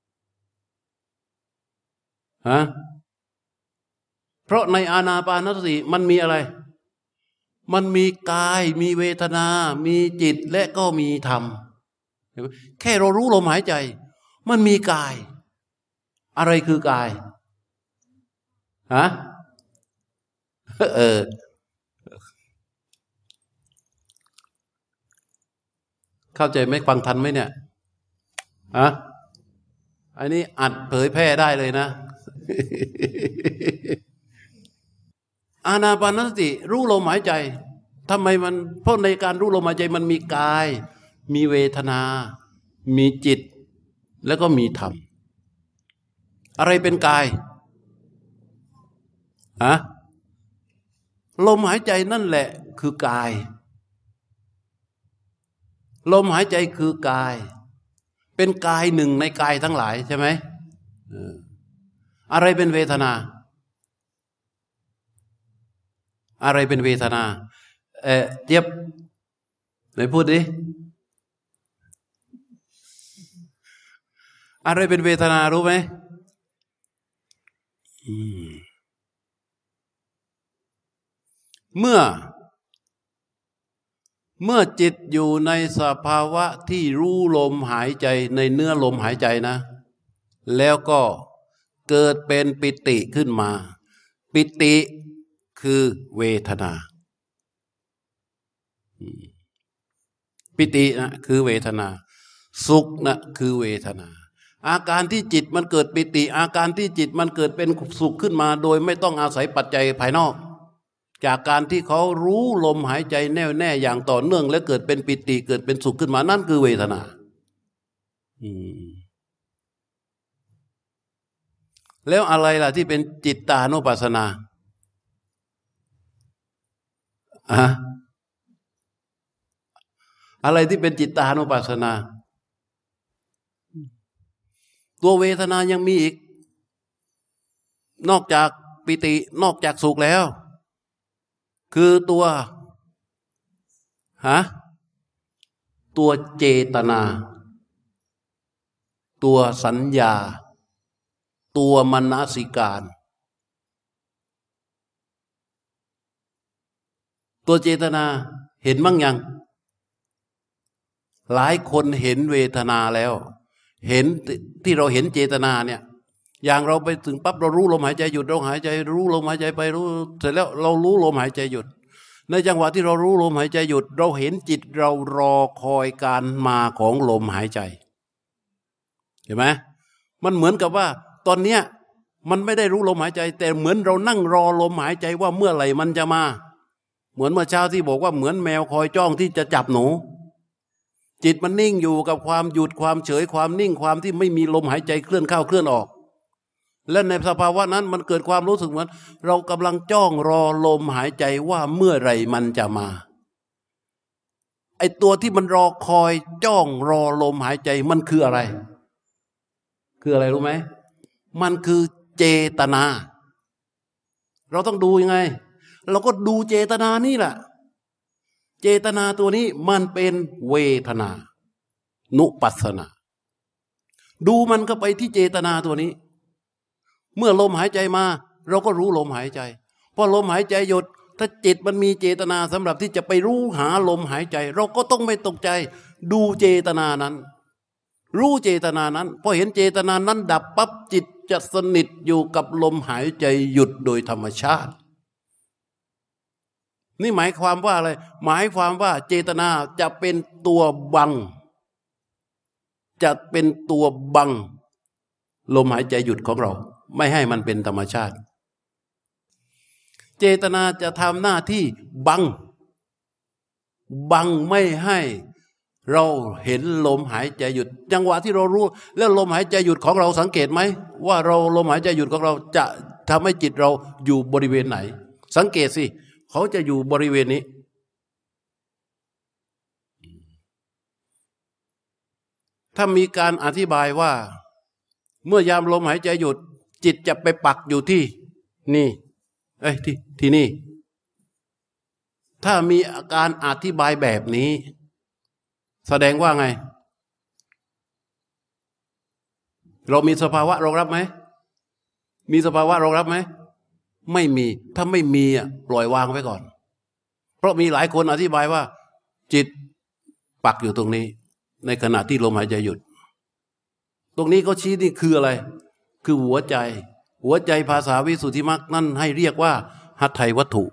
ฮะเพราะในอานาปานสติมันมีอะไรมันมีกายมีเวทนามีจิตและก็มีธรรมแค่เรารู้ลมหายใจมันมีกายอะไรคือกายฮะเออเข้าใจไหมฟังทันไหมเนี่ยฮะอันนี้อัดเผยแพร่ได้เลยนะ อานาปานสติรู้ลมหายใจทำไมมันเพราะในการรู้ลมหายใจมันมีกายมีเวทนามีจิตแล้วก็มีธรรมอะไรเป็นกายฮะลมหายใจนั่นแหละคือกายลมหายใจคือกายเป็นกายหนึ่งในกายทั้งหลายใช่ไหมอะไรเป็นเวทนาอะไรเป็นเวทนาเอ่อเจี๊ยบไหนพูดดิอะไรเป็นเวทนารู้ไหมเมื่อเมื่อจิตอยู่ในสภาวะที่รู้ลมหายใจในเนื้อลมหายใจนะแล้วก็เกิดเป็นปิติขึ้นมาปิติคือเวทนาปิตินะคือเวทนาสุขนะคือเวทนาอาการที่จิตมันเกิดปิติอาการที่จิตมันเกิดเป็นสุขขึ้นมาโดยไม่ต้องอาศัยปัจจัยภายนอกจากการที่เขารู้ลมหายใจแน่วแน่อย่างต่อเนื่องและเกิดเป็นปิติเกิดเป็นสุขขึ้นมานั่นคือเวทนาแล้วอะไรล่ะที่เป็นจิตตานุปัสสนาอะอะไรที่เป็นจิตตานุปัสสนาตัวเวทนายังมีอีกนอกจากปิตินอกจากสุขแล้วคือตัวฮะตัวเจตนาตัวสัญญาตัวมนสิการตัวเจตนาเห็นบ้างยังหลายคนเห็นเวทนาแล้วเห็นที่เราเห็นเจตนาเนี่ยอย่างเราไปถึงปั๊บเรารู้ลมหายใจหยุดเราหายใจรู้ลมหายใจไปรู้เสร็จแล้วเรารู้ลมหายใจหยุดในจังหวะที่เรารู้ลมหายใจหยุดเราเห็นจิตเรารอคอยการมาของลมหายใจเห็นไหมมันเหมือนกับว่าตอนเนี้ยมันไม่ได้รู้ลมหายใจแต่เหมือนเรานั่งรอลมหายใจว่าเมื่อไหร่มันจะมาเหมือนเมื่อเช้าที่บอกว่าเหมือนแมวคอยจ้องที่จะจับหนูจิตมันนิ่งอยู่กับความหยุดความเฉยความนิ่งความที่ไม่มีลมหายใจเคลื่อนเข้าเคลื่อนออกและในสภาวะนั้นมันเกิดความรู้สึกเหมือนเรากำลังจ้องรอลมหายใจว่าเมื่อไหร่มันจะมาไอ้ตัวที่มันรอคอยจ้องรอลมหายใจมันคืออะไรคืออะไรรู้ไหมมันคือเจตนาเราต้องดูยังไงเราก็ดูเจตนานี่แหละเจตนาตัวนี้มันเป็นเวทนานุปัสสนาดูมันก็ไปที่เจตนาตัวนี้เมื่อลมหายใจมาเราก็รู้ลมหายใจพอลมหายใจหยุดถ้าจิตมันมีเจตนาสำหรับที่จะไปรู้หาลมหายใจเราก็ต้องไม่ตกใจดูเจตนานั้นรู้เจตนานั้นพอเห็นเจตนานั้นดับปั๊บจิตจะสนิทอยู่กับลมหายใจหยุดโดยธรรมชาตินี่หมายความว่าอะไรหมายความว่าเจตนาจะเป็นตัวบังจะเป็นตัวบังลมหายใจหยุดของเราไม่ให้มันเป็นธรรมชาติเจตนาจะทำหน้าที่บังบังไม่ให้เราเห็นลมหายใจหยุดจังหวะที่เรารู้แล้วลมหายใจหยุดของเราสังเกตไหมว่าเราลมหายใจหยุดของเราจะทำให้จิตเราอยู่บริเวณไหนสังเกตสิเขาจะอยู่บริเวณนี้ถ้ามีการอธิบายว่าเมื่อยามลมหายใจหยุดจิตจะไปปักอยู่ที่นี่เอ้ยที่ที่นี่ถ้ามีอาการอธิบายแบบนี้แสดงว่าไงเรามีสภาวะรองรับไหมมีสภาวะรองรับไหมไม่มีถ้าไม่มีอ่ะปล่อยวางไว้ก่อนเพราะมีหลายคนอธิบายว่าจิตปักอยู่ตรงนี้ในขณะที่ลมหายใจหยุดตรงนี้เขาชี้นี่คืออะไรคือหัวใจหัวใจภาษาวิสุทธิมรรคนั่นให้เรียกว่าหัตถัยวัตถุ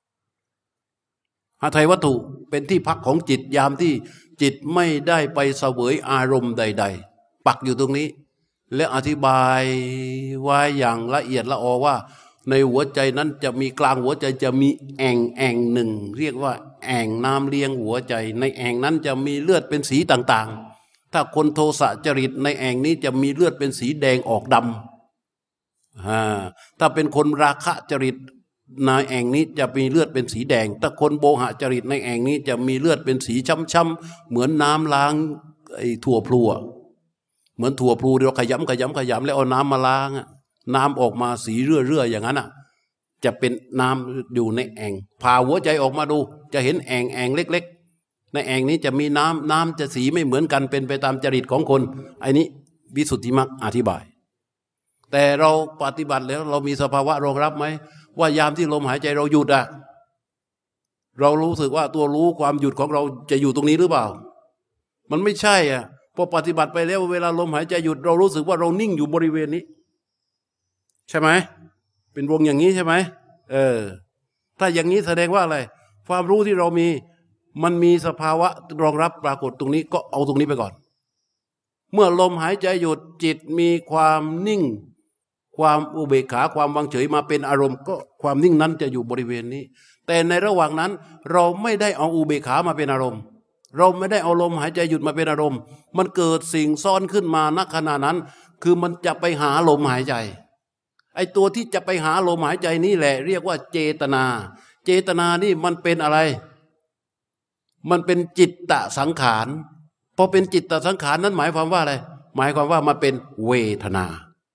หัตถัยวัตถุเป็นที่พักของจิตยามที่จิตไม่ได้ไปเสวยอารมณ์ใดๆปักอยู่ตรงนี้และอธิบายไว้อย่างละเอียดละออว่าในหัวใจนั้นจะมีกลางหัวใจจะมีแอ่งแอ่งหนึ่งเรียกว่าแอ่งน้ำเลี้ยงหัวใจในแอ่งนั้นจะมีเลือดเป็นสีต่างๆถ้าคนโทสะจริตในแอ่งนี้จะมีเลือดเป็นสีแดงออกดำถ้าเป็นคนราคะจริตในแอ่งนี้จะมีเลือดเป็นสีแดงถ้าคนโบหะจริตในแอ่งนี้จะมีเลือดเป็นสีช้ำๆเหมือนน้ำล้างไอ้ถั่วพลูเหมือนถั่วพลูเราขยำขยำขยำแล้วเอาน้ำมาล้างน้ำออกมาสีเรื่อยๆอย่างนั้นอ่ะจะเป็นน้ำอยู่ในแอ่งผ่าหัวใจออกมาดูจะเห็นแอ่งแอ่งเล็กๆในแอ่งนี้จะมีน้ำน้ำจะสีไม่เหมือนกันเป็นไปตามจริตของคนไอ้นี้วิสุทธิมรรคอธิบายแต่เราปฏิบัติแล้วเรามีสภาวะรองรับไหมว่ายามที่ลมหายใจเราหยุดอ่ะเรารู้สึกว่าตัวรู้ความหยุดของเราจะอยู่ตรงนี้หรือเปล่ามันไม่ใช่อ่ะพอปฏิบัติไปแล้วเวลาลมหายใจหยุดเรารู้สึกว่าเรานิ่งอยู่บริเวณนี้ใช่ไหมเป็นวงอย่างนี้ใช่ไหมเออถ้าอย่างนี้แสดงว่าอะไรความรู้ที่เรามีมันมีสภาวะรองรับปรากฏตรงนี้ก็เอาตรงนี้ไปก่อนเมื่อลมหายใจหยุดจิตมีความนิ่งความอุเบกขาความวางเฉยมาเป็นอารมณ์ก็ความนิ่งนั้นจะอยู่บริเวณนี้แต่ในระหว่างนั้นเราไม่ได้เอาอุเบกขามาเป็นอารมณ์เราไม่ได้เอาลมหายใจหยุดมาเป็นอารมณ์มันเกิดสิ่งซ้อนขึ้นมาณขณะนั้นคือมันจะไปหาลมหายใจไอ้ตัวที่จะไปหาลมหายใจนี่แหละเรียกว่าเจตนาเจตนานี่มันเป็นอะไรมันเป็นจิตตสังขารพอเป็นจิตตสังขารนั้นหมายความว่าอะไรหมายความว่ามันเป็นเวทนา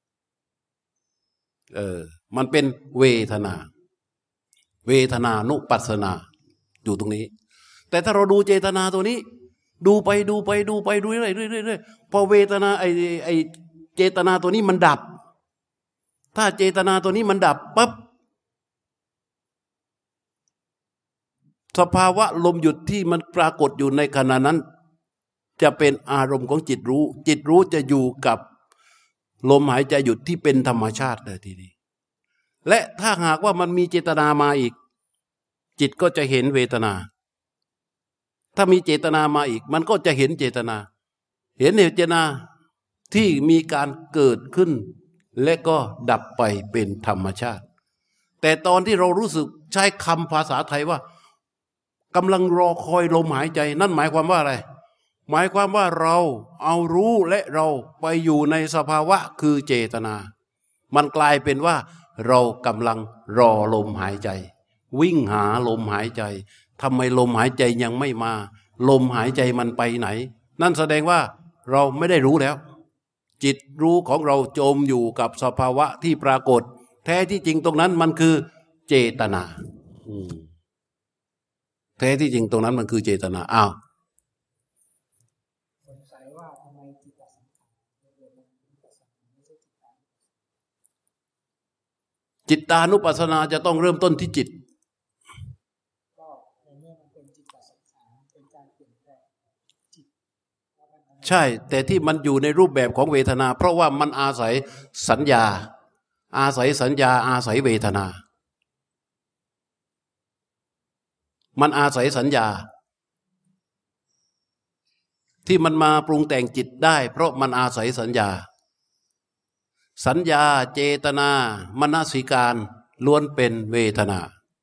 เออมันเป็นเวทนาเวทนานุปัสสนาอยู่ตรงนี้แต่ถ้าเราดูเจตนาตัวนี้ดูไปดูไปดูไปดูเรื่อยเรื่อยเรื่อยพอเวทนาไอไอเจตนาตัวนี้มันดับถ้าเจตนาตัวนี้มันดับปั๊บสภาวะลมหยุดที่มันปรากฏอยู่ในขณะนั้นจะเป็นอารมณ์ของจิตรู้จิตรู้จะอยู่กับลมหายใจหยุดที่เป็นธรรมชาติเลยทีนี้และถ้าหากว่ามันมีเจตนามาอีกจิตก็จะเห็นเวทนาถ้ามีเจตนามาอีกมันก็จะเห็นเจตนาเห็นเจตนาที่มีการเกิดขึ้นและก็ดับไปเป็นธรรมชาติแต่ตอนที่เรารู้สึกใช้คำภาษาไทยว่ากำลังรอคอยลมหายใจนั่นหมายความว่าอะไรหมายความว่าเราเอารู้และเราไปอยู่ในสภาวะคือเจตนามันกลายเป็นว่าเรากำลังรอลมหายใจวิ่งหาลมหายใจทำไมลมหายใจยังไม่มาลมหายใจมันไปไหนนั่นแสดงว่าเราไม่ได้รู้แล้วจิตรู้ของเราจมอยู่กับสภาวะที่ปรากฏแท้ที่จริงตรงนั้นมันคือเจตนาแท้ที่จริงตรงนั้นมันคือเจตนาอ้าวสงสัยว่าทำไมจิตตสังขารจิตตานุปัสสนาจะต้องเริ่มต้นที่จิตก็ในเมื่อมันเป็นจิตตสังขารเป็นการเปลี่ยนแปลงจิตใช่แต่ที่มันอยู่ในรูปแบบของเวทนาเพราะว่ามันอาศัยสัญญาอาศัยสัญญาอาศัยเวทนามันอาศัยสัญญาที่มันมาปรุงแต่งจิตได้เพราะมันอาศัยสัญญาสัญญาเจตนามนสิการล้วนเป็นเวทนา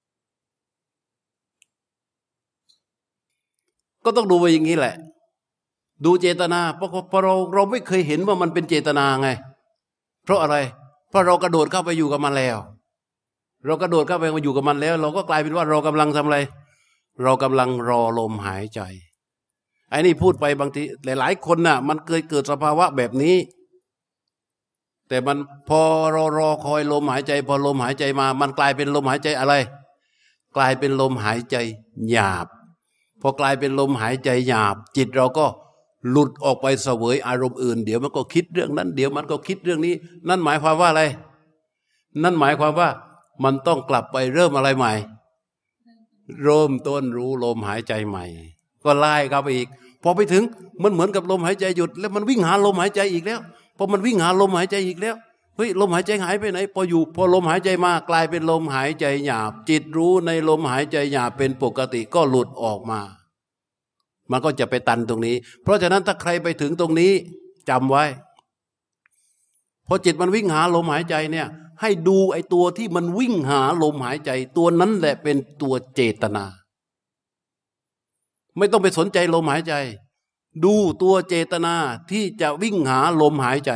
ก็ต้องดูไปอย่างนี้แหละดูเจตนาเพราะเพราะเราเราไม่เคยเห็นว่ามันเป็นเจตนาไงเพราะอะไรเพราะเรากระโดดเข้าไปอยู่กับมันแล้วเรากระโดดเข้าไปมาอยู่กับมันแล้วเราก็กลายเป็นว่าเรากำลังทำอะไรเรากำลังรอลมหายใจไอ้นี่พูดไปบางทีหลายๆคนน่ะมันเคยเกิดสภาวะแบบนี้แต่มันพอรอรอคอยลมหายใจพอลมหายใจมามันกลายเป็นลมหายใจอะไรกลายเป็นลมหายใจหยาบพอกลายเป็นลมหายใจหยาบจิตเราก็หลุดออกไปเสวยอารมณ์อื่นเดี๋ยวมันก็คิดเรื่องนั้นเดี๋ยวมันก็คิดเรื่องนี้นั่นหมายความว่าอะไรนั่นหมายความว่ามันต้องกลับไปเริ่มอะไรใหม่เริ่มต้นรู้ลมหายใจใหม่ก็ไล่เข้าไปอีกพอไปถึงมันเหมือนกับลมหายใจหยุดแล้วมันวิ่งหาลมหายใจอีกแล้วพอมันวิ่งหาลมหายใจอีกแล้วเฮ้ยลมหายใจหายไปไหนพออยู่พอลมหายใจมากลายเป็นลมหายใจหยาบจิตรู้ในลมหายใจหยาบเป็นปกติก็หลุดออกมามันก็จะไปตันตรงนี้เพราะฉะนั้นถ้าใครไปถึงตรงนี้จำไว้พอจิตมันวิ่งหาลมหายใจเนี่ยให้ดูไอ้ตัวที่มันวิ่งหาลมหายใจตัวนั้นแหละเป็นตัวเจตนาไม่ต้องไปสนใจลมหายใจดูตัวเจตนาที่จะวิ่งหาลมหายใจ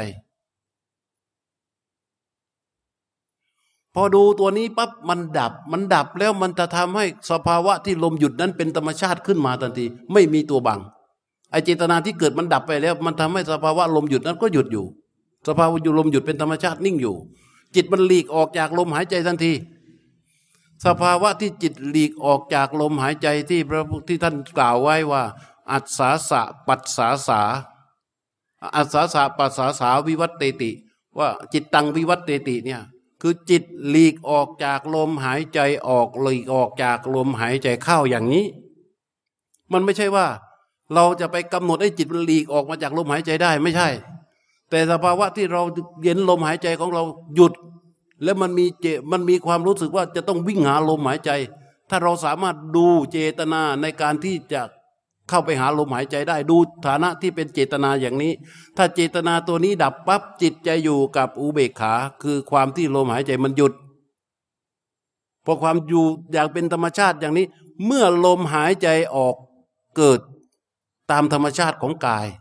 พอดูตัวนี้ปั๊บมันดับมันดับแล้วมันจะทำให้สภาวะที่ลมหยุดนั้นเป็นธรรมชาติขึ้นมาทันทีไม่มีตัวบังไอเจตนาที่เกิดมันดับไปแล้วมันทำให้สภาวะลมหยุดนั้นก็หยุดอยู่สภาวะอยู่ลมหยุดเป็นธรรมชาตินิ่งอยู่จิตมันหลีกออกจากลมหายใจทันทีสภาวะที่จิตหลีกออกจากลมหายใจที่พระที่ท่านกล่าวไว้ว่าอัศสาสะปัสสาสาอัศสาสะปัสสาสาวิวัตเตติว่าจิตตังวิวัตเตติเนี่ยคือจิตหลีกออกจากลมหายใจออกหลีกออกจากลมหายใจเข้าอย่างนี้มันไม่ใช่ว่าเราจะไปกำหนดให้จิตมันหลีกออกมาจากลมหายใจได้ไม่ใช่แต่สภาวะที่เราเย็นลมหายใจของเราหยุดแล้วมันมีเจมันมีความรู้สึกว่าจะต้องวิ่งหาลมหายใจถ้าเราสามารถดูเจตนาในการที่จะเข้าไปหาลมหายใจได้ดูฐานะที่เป็นเจตนาอย่างนี้ถ้าเจตนาตัวนี้ดับปั๊บจิตจะอยู่กับอุเบกขาคือความที่ลมหายใจมันหยุดพอความอยู่อย่างเป็นธรรมชาติอย่างนี้เมื่อลมหายใจออกเกิดตามธรรมชาติของกาย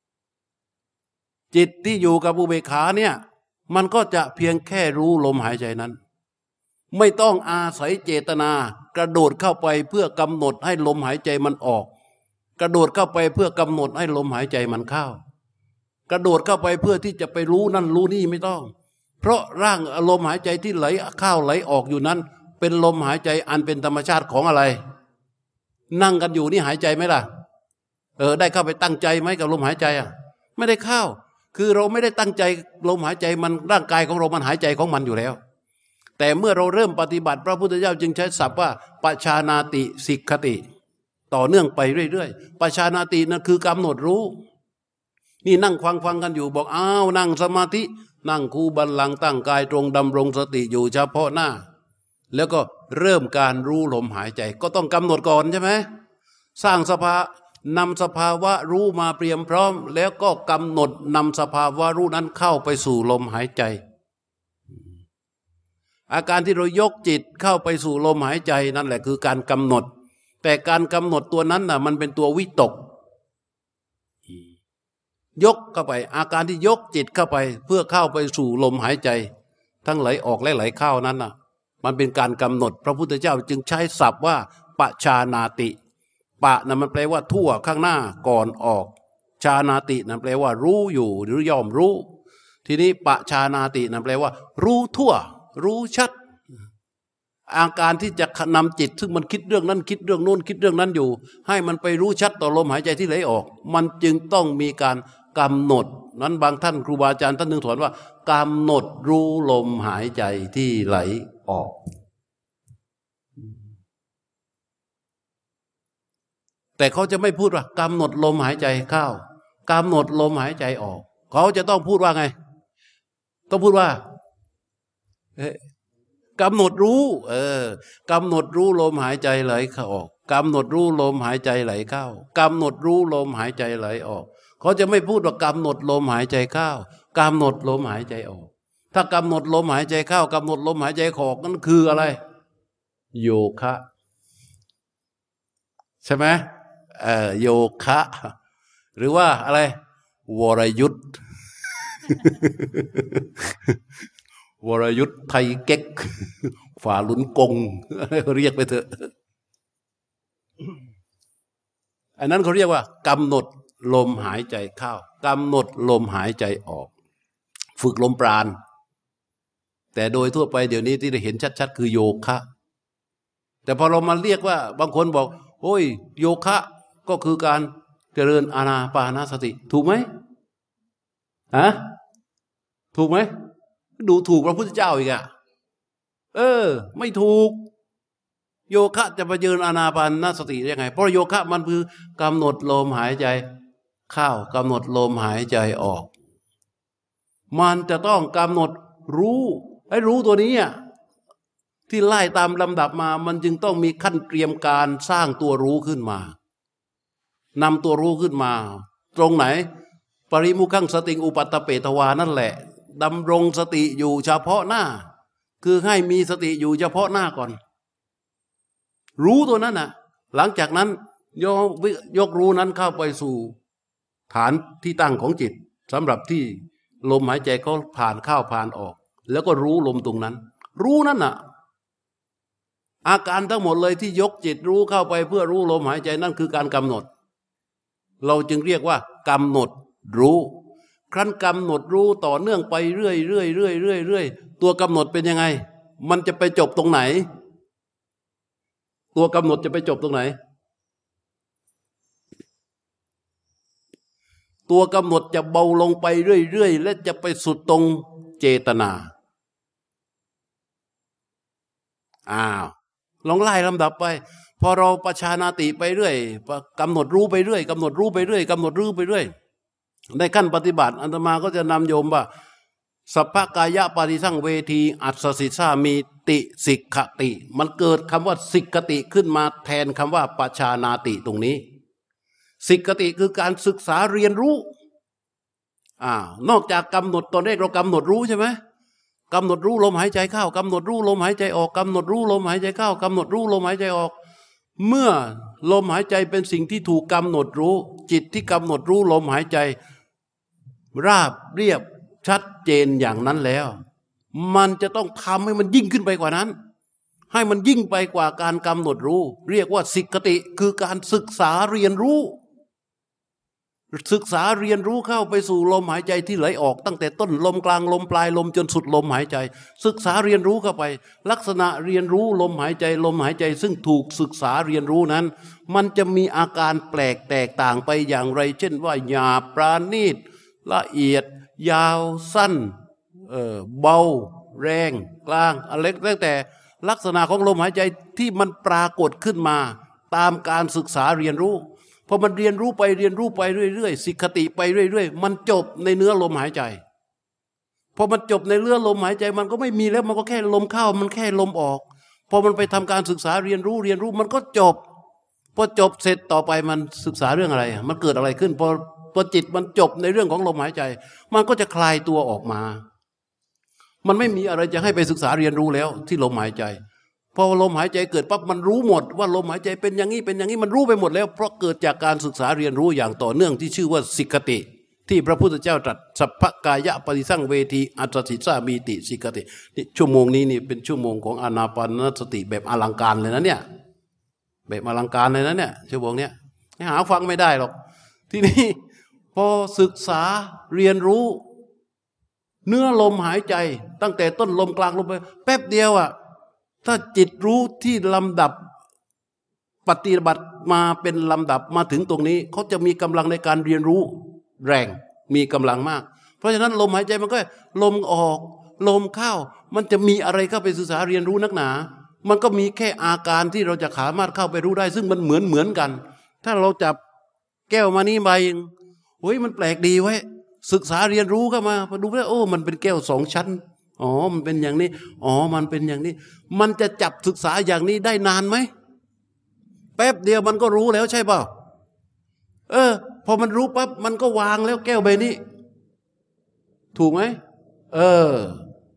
จิตที่อยู่กับอุเบกขาเนี่ยมันก็จะเพียงแค่รู้ลมหายใจนั้นไม่ต้องอาศัยเจตนากระโดดเข้าไปเพื่อกำหนดให้ลมหายใจมันออกกระโดดเข้าไปเพื่อกำหนดให้ลมหายใจมันเข้ากระโดดเข้าไปเพื่อที่จะไปรู้นั่นรู้นี่ไม่ต้องเพราะร่างลมหายใจที่ไหลเข้าไหลออกอยู่นั้นเป็นลมหายใจอันเป็นธรรมชาติของอะไรนั่งกันอยู่นี่หายใจไหมล่ะเออได้เข้าไปตั้งใจไหมกับลมหายใจอ่ะไม่ได้เข้าคือเราไม่ได้ตั้งใจลมหายใจมันร่างกายของเรามันหายใจของมันอยู่แล้วแต่เมื่อเราเริ่มปฏิบัติพระพุทธเจ้าจึงใช้ศัพท์ว่าปชานาติสิกขติต่อเนื่องไปเรื่อยๆปชานาตินั่นคือกำหนดรู้นี่นั่งฟังฟังกันอยู่บอกอ้าวนั่งสมาธินั่งคูบัลลังก์ตั้งกายตรงดำรงสติอยู่เฉพาะหน้าแล้วก็เริ่มการรู้ลมหายใจก็ต้องกำหนดก่อนใช่ไหมสร้างสภานำสภาวะรู้มาเตรียมพร้อมแล้วก็กำหนดนำสภาวะรู้นั้นเข้าไปสู่ลมหายใจอาการที่เรายกจิตเข้าไปสู่ลมหายใจนั่นแหละคือการกำหนดแต่การกำหนดตัวนั้นน่ะมันเป็นตัววิตกยกเข้าไปอาการที่ยกจิตเข้าไปเพื่อเข้าไปสู่ลมหายใจทั้งไหลออกและไหลเข้านั้นน่ะมันเป็นการกำหนดพระพุทธเจ้าจึงใช้ศัพท์ว่าปชานาติปะนั่นมันแปลว่าทั่วข้างหน้าก่อนออกชานาตินั่นแปลว่ารู้อยู่หรือย่อมรู้ทีนี้ปชานาตินั่นแปลว่ารู้ทั่วรู้ชัดอาการที่จะนำจิตซึ่งมันคิดเรื่องนั้นคิดเรื่องโน้นคิดเรื่องนั้นอยู่ให้มันไปรู้ชัดต่อลมหายใจที่ไหลออกมันจึงต้องมีการกำหนดนั้นบางท่านครูบาอาจารย์ท่านหนึ่งสอนว่ากำหนดรู้ลมหายใจที่ไหลออกแต่เขาจะไม่พูดว่ากำหนดลมหายใจเข้ากำหนดลมหายใจออกเขาจะต้องพูดว่าไงต้องพูดว่ากำหนดรู้เออกำหนดรู้ลมหายใจไหลเข้าออกกำหนดรู้ลมหายใจไหลเข้ากำหนดรู้ลมหายใจไหลออกเขาจะไม่พูดว่ากำหนดลมหายใจเข้ากำหนดลมหายใจออกถ้ากำหนดลมหายใจเข้ากำหนดลมหายใจออกนั่นคืออะไรโยคะใช่ไหมเอ่อโยคะหรือว่าอะไรวรยุทธ วรยุทธไทยเก๊กฝ่าหลุนกงอะไรเขาเรียกไปเถอะอันนั้นเขาเรียกว่ากำหนดลมหายใจเข้ากำหนดลมหายใจออกฝึกลมปราณแต่โดยทั่วไปเดี๋ยวนี้ที่ได้เห็นชัดๆคือโยคะแต่พอเรามาเรียกว่าบางคนบอกโอ้ยโยคะก็คือการเจริญอานาปานสติถูกไหมฮะถูกไหมดูถูกพระพุทธเจ้าอีกอะเออไม่ถูกโยคะจะไปเจริญอานาปานสติได้ยังไงเพราะโยคะมันคือกำหนดลมหายใจเข้ากำหนดลมหายใจออกมันจะต้องกำหนดรู้ไอ้รู้ตัวนี้อ่ะที่ไล่ตามลำดับมามันจึงต้องมีขั้นเตรียมการสร้างตัวรู้ขึ้นมานำตัวรู้ขึ้นมาตรงไหนปริมุขังสติงอุปัตตเปตวานั่นแหละดำรงสติอยู่เฉพาะหน้าคือให้มีสติอยู่เฉพาะหน้าก่อนรู้ตัวนั้นน่ะหลังจากนั้นยกยกรู้นั้นเข้าไปสู่ฐานที่ตั้งของจิตสำหรับที่ลมหายใจเขาผ่านเข้าผ่านออกแล้วก็รู้ลมตรงนั้นรู้นั่นน่ะอาการทั้งหมดเลยที่ยกจิตรู้เข้าไปเพื่อรู้ลมหายใจนั่นคือการกำหนดเราจึงเรียกว่ากำหนดรู้ครั้นกำหนดรู้ต่อเนื่องไปเรื่อยเรื่อยเรื่อยเรื่อยเรื่อยตัวกำหนดเป็นยังไงมันจะไปจบตรงไหนตัวกำหนดจะไปจบตรงไหนตัวกำหนดจะเบาลงไปเรื่อยเรื่อยและจะไปสุดตรงเจตนาอ้าวลองไล่ลำดับไปพอเราประชานาติไปเรื่อยกำหนดรู้ไปเรื่อยกำหนดรู้ไปเรื่อยกำหนดรู้ไปเรื่อยในขั้นปฏิบัติอาตมาก็จะนำโยมว่าสัพพกายะปฏิสั่งเวทีอัศสิสามีติสิกขติมันเกิดคำว่าสิกขติขึ้นมาแทนคำว่าประชานาติตรงนี้สิกขติคือการศึกษาเรียนรู้อ่านอกจากกำหนดตอนแรกเรากำหนดรู้ใช่ไหมกำหนดรู้ลมหายใจเข้ากำหนดรู้ลมหายใจออกกำหนดรู้ลมหายใจเข้ากำหนดรู้ลมหายใจออกเมื่อลมหายใจเป็นสิ่งที่ถูกกำหนดรู้จิตที่กำหนดรู้ลมหายใจราบเรียบชัดเจนอย่างนั้นแล้วมันจะต้องทำให้มันยิ่งขึ้นไปกว่านั้นให้มันยิ่งไปกว่าการกำหนดรู้เรียกว่าสิกขติคือการศึกษาเรียนรู้ศึกษาเรียนรู้เข้าไปสู่ลมหายใจที่ไหลออกตั้งแต่ต้นลมกลางลมปลายลมจนสุดลมหายใจศึกษาเรียนรู้เข้าไปลักษณะเรียนรู้ลมหายใจลมหายใจซึ่งถูกศึกษาเรียนรู้นั้นมันจะมีอาการแปลกแตกต่างไปอย่างไรเช่นว่าหยาบปราณีตละเอียดยาวสั้นเออเบาแรงกลางอะไรแล้วแต่ลักษณะของลมหายใจที่มันปรากฏขึ้นมาตามการศึกษาเรียนรู้พอมันเรียนรู้ไปเรียนรู้ไปเรื่อยๆสิกขติไปเรื่อยๆมันจบในเนื้อลมหายใจพอมันจบในเนื้อลมหายใจมันก็ไม่มีแล้วมันก็แค่ลมเข้ามันแค่ลมออกพอมันไปทำการศึกษาเรียนรู้เรียนรู้มันก็จบพอจบเสร็จต่อไปมันศึกษาเรื่องอะไรมันเกิดอะไรขึ้นพอพอจิตมันจบในเรื่องของลมหายใจมันก็จะคลายตัวออกมามันไม่มีอะไรจะให้ไปศึกษาเรียนรู้แล้วที่ลมหายใจพอลมหายใจเกิดปั๊บมันรู้หมดว่าลมหายใจเป็นอย่างนี้เป็นอย่างนี้มันรู้ไปหมดแล้วเพราะเกิดจากการศึกษาเรียนรู้อย่างต่อเนื่องที่ชื่อว่าสิกขติที่พระพุทธเจ้าตรัสสัพพกายะปฏิสั่งเวทีอัศสิสามีติสิกขตินี่ชั่วโมงนี้นี่เป็นชั่วโมงของอานาปานสติแบบอลังการเลยนะเนี่ยแบบอลังการเลยนะเนี่ยชั่วโมงเนี้ยหาฟังไม่ได้หรอกทีนี้พอศึกษาเรียนรู้เนื้อลมหายใจตั้งแต่ต้นลมกลางลมไปแป๊บเดียวอ่ะถ้าจิตรู้ที่ลำดับปฏิบัติมาเป็นลำดับมาถึงตรงนี้เขาจะมีกำลังในการเรียนรู้แรงมีกำลังมากเพราะฉะนั้นลมหายใจมันก็ลมออกลมเข้ามันจะมีอะไรเข้าไปศึกษาเรียนรู้นักหนามันก็มีแค่อาการที่เราจะสามารถเข้าไปรู้ได้ซึ่งมันเหมือนเหมือนกันถ้าเราจับแก้วมานี่ใบโอ้ยมันแปลกดีไว้ศึกษาเรียนรู้เข้ามาพอดูแล้วโอ้มันเป็นแก้วสองชั้นอ๋อมันเป็นอย่างนี้อ๋อมันเป็นอย่างนี้มันจะจับศึกษาอย่างนี้ได้นานไหมแป๊บเดียวมันก็รู้แล้วใช่เปล่าเออพอมันรู้ปั๊บมันก็วางแล้วแก้วใบนี้ถูกไหมเออ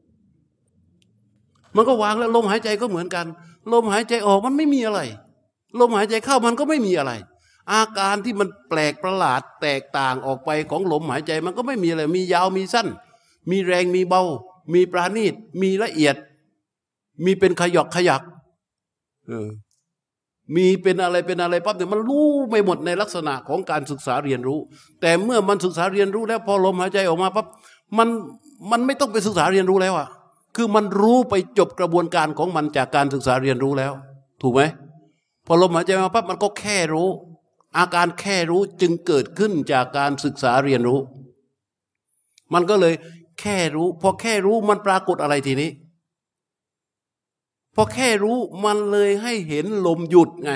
มันก็วางแล้วลมหายใจก็เหมือนกันลมหายใจออกมันไม่มีอะไรลมหายใจเข้ามันก็ไม่มีอะไรอาการที่มันแปลกประหลาดแตกต่างออกไปของลมหายใจมันก็ไม่มีอะไรมียาวมีสั้นมีแรงมีเบามีปราณีตมีละเอียดมีเป็นขยอกขยักเออมีเป็นอะไรเป็นอะไรปั๊บเนี่ยมันรู้ไม่หมดในลักษณะของการศึกษาเรียนรู้แต่เมื่อมันศึกษาเรียนรู้แล้วพอลมหายใจออกมาปั๊บมันมันไม่ต้องไปศึกษาเรียนรู้แล้วอ่ะคือมันรู้ไปจบกระบวนการของมันจากการศึกษาเรียนรู้แล้วถูกไหมพอลมหายใจมาปั๊บมันก็แค่รู้อาการแค่รู้จึงเกิดขึ้นจากการศึกษาเรียนรู้มันก็เลยแค่รู้พอแค่รู้มันปรากฏอะไรทีนี้พอแค่รู้มันเลยให้เห็นลมหยุดไง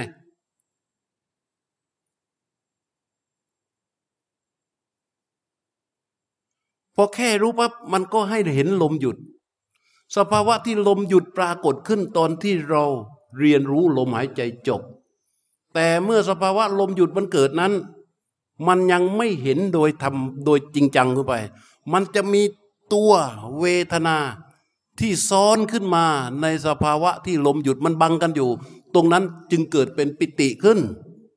พอแค่รู้ปั๊บมันก็ให้เห็นลมหยุดสภาวะที่ลมหยุดปรากฏขึ้นตอนที่เราเรียนรู้ลมหายใจจบแต่เมื่อสภาวะลมหยุดมันเกิดนั้นมันยังไม่เห็นโดยทำโดยจริงจังเข้าไปมันจะมีตัวเวทนาที่ซ้อนขึ้นมาในสภาวะที่ลมหยุดมันบังกันอยู่ตรงนั้นจึงเกิดเป็นปิติขึ้น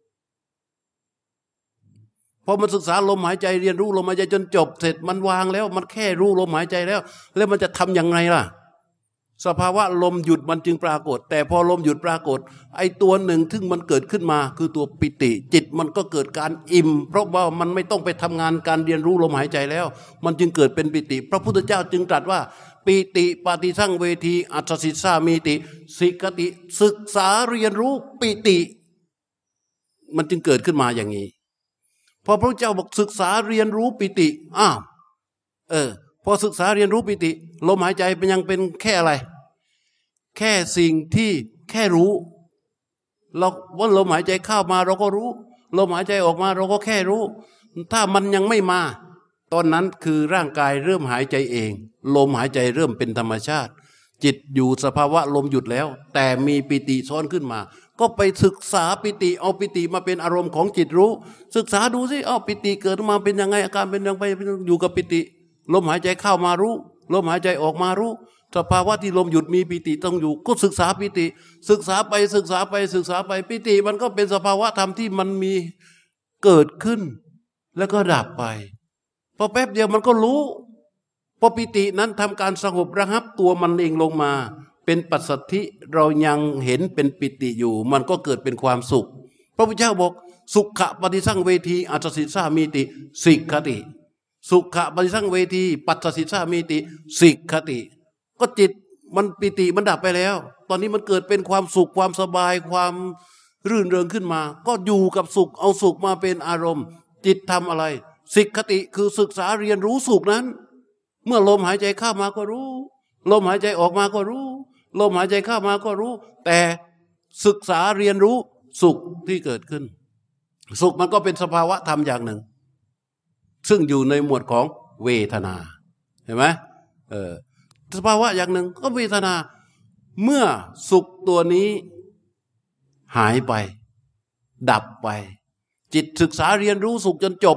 พอมันศึกษาลมหายใจเรียนรู้ลมหายใจจนจบเสร็จมันวางแล้วมันแค่รู้ลมหายใจแล้วแล้วมันจะทำยังไงล่ะสภาวะลมหยุดมันจึงปรากฏแต่พอลมหยุดปรากฏไอ้ตัวหนึ่งที่มันเกิดขึ้นมาคือตัวปิติจิตมันก็เกิดการอิ่มเพราะว่ามันไม่ต้องไปทำงานการเรียนรู้ลมหายใจแล้วมันจึงเกิดเป็นปิติพระพุทธเจ้าจึงตรัสว่าปิติปฏิสั่งเวทีอัศสิสามีติสิกติศึกษาเรียนรู้ปิติมันจึงเกิดขึ้นมาอย่างนี้พอพระเจ้าบอกศึกษาเรียนรู้ปิติอ้าวเออพอศึกษาเรียนรู้ปิติลมหายใจเป็นยังเป็นแค่อะไรแค่สิ่งที่แค่รู้เราว่าลมหายใจเข้ามาเราก็รู้ลมหายใจออกมาเราก็แค่รู้ถ้ามันยังไม่มาตอนนั้นคือร่างกายเริ่มหายใจเองลมหายใจเริ่มเป็นธรรมชาติจิตอยู่สภาวะลมหยุดแล้วแต่มีปิติซ้อนขึ้นมาก็ไปศึกษาปิติเอาปิติมาเป็นอารมณ์ของจิตรู้ศึกษาดูสิเอาปิติเกิดมาเป็นยังไงอาการเป็นยังไงอยู่กับปิติลมหายใจเข้ามารู้ลมหายใจออกมารู้สภาวะที่ลมหยุดมีปิติต้องอยู่ก็ศึกษาปิติศึกษาไปศึกษาไปศึกษาไปปิติมันก็เป็นสภาวะธรรมที่มันมีเกิดขึ้นแล้วก็ดับไปพอแป๊บเดียวมันก็รู้พอปิตินั้นทำการสงบระงับตัวมันเองลงมาเป็นปัสสัทธิเรายังเห็นเป็นปิติอยู่มันก็เกิดเป็นความสุขพระพุทธเจ้าบอกสุขะปฏิสั่งเวทีอัตสิสามีติสิกขติสุขะปฏิสั่งเวทีปัสสิสามีติสิกขติก็จิตมันปิติมันดับไปแล้วตอนนี้มันเกิดเป็นความสุขความสบายความรื่นเริงขึ้นมาก็อยู่กับสุขเอาสุขมาเป็นอารมณ์จิตทำอะไรสิกขติคือศึกษาเรียนรู้สุขนั้นเมื่อลมหายใจเข้ามาก็รู้ลมหายใจออกมาก็รู้ลมหายใจเข้ามาก็รู้แต่ศึกษาเรียนรู้สุขที่เกิดขึ้นสุขมันก็เป็นสภาวะธรรมอย่างหนึ่งซึ่งอยู่ในหมวดของเวทนาเห็นไหมเออสภาวะอย่างหนึ่งก็เวทนาเมื่อสุขตัวนี้หายไปดับไปจิตศึกษาเรียนรู้สุขจนจบ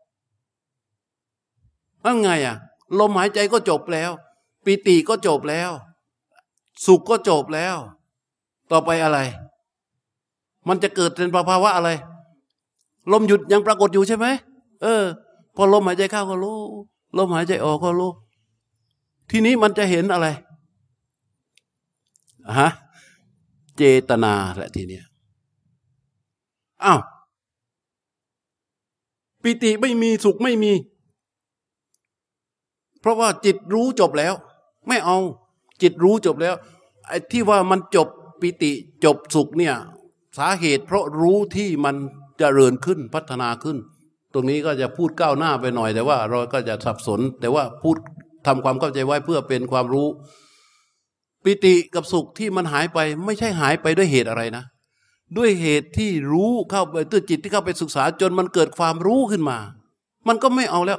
ว่าไงอ่ะลมหายใจก็จบแล้วปิติก็จบแล้วสุขก็จบแล้วต่อไปอะไรมันจะเกิดเป็นภาวะอะไรลมหยุดยังปรากฏอยู่ใช่ไหมเออพอลมหายใจเข้าก็รู้ลมหายใจออกก็รู้ทีนี้มันจะเห็นอะไรฮะเจตนาแหละทีเนี้ยอ้าวปิติไม่มีสุขไม่มีเพราะว่าจิตรู้จบแล้วไม่เอาจิตรู้จบแล้วไอ้ที่ว่ามันจบปิติจบสุขเนี่ยสาเหตุเพราะรู้ที่มันเจริญขึ้นพัฒนาขึ้นตรงนี้ก็จะพูดก้าวหน้าไปหน่อยแต่ว่าเราก็จะสับสนแต่ว่าพูดทำความเข้าใจไว้เพื่อเป็นความรู้ปิติกับสุขที่มันหายไปไม่ใช่หายไปด้วยเหตุอะไรนะด้วยเหตุที่รู้เข้าไปด้วยจิตที่เข้าไปศึกษาจนมันเกิดความรู้ขึ้นมามันก็ไม่เอาแล้ว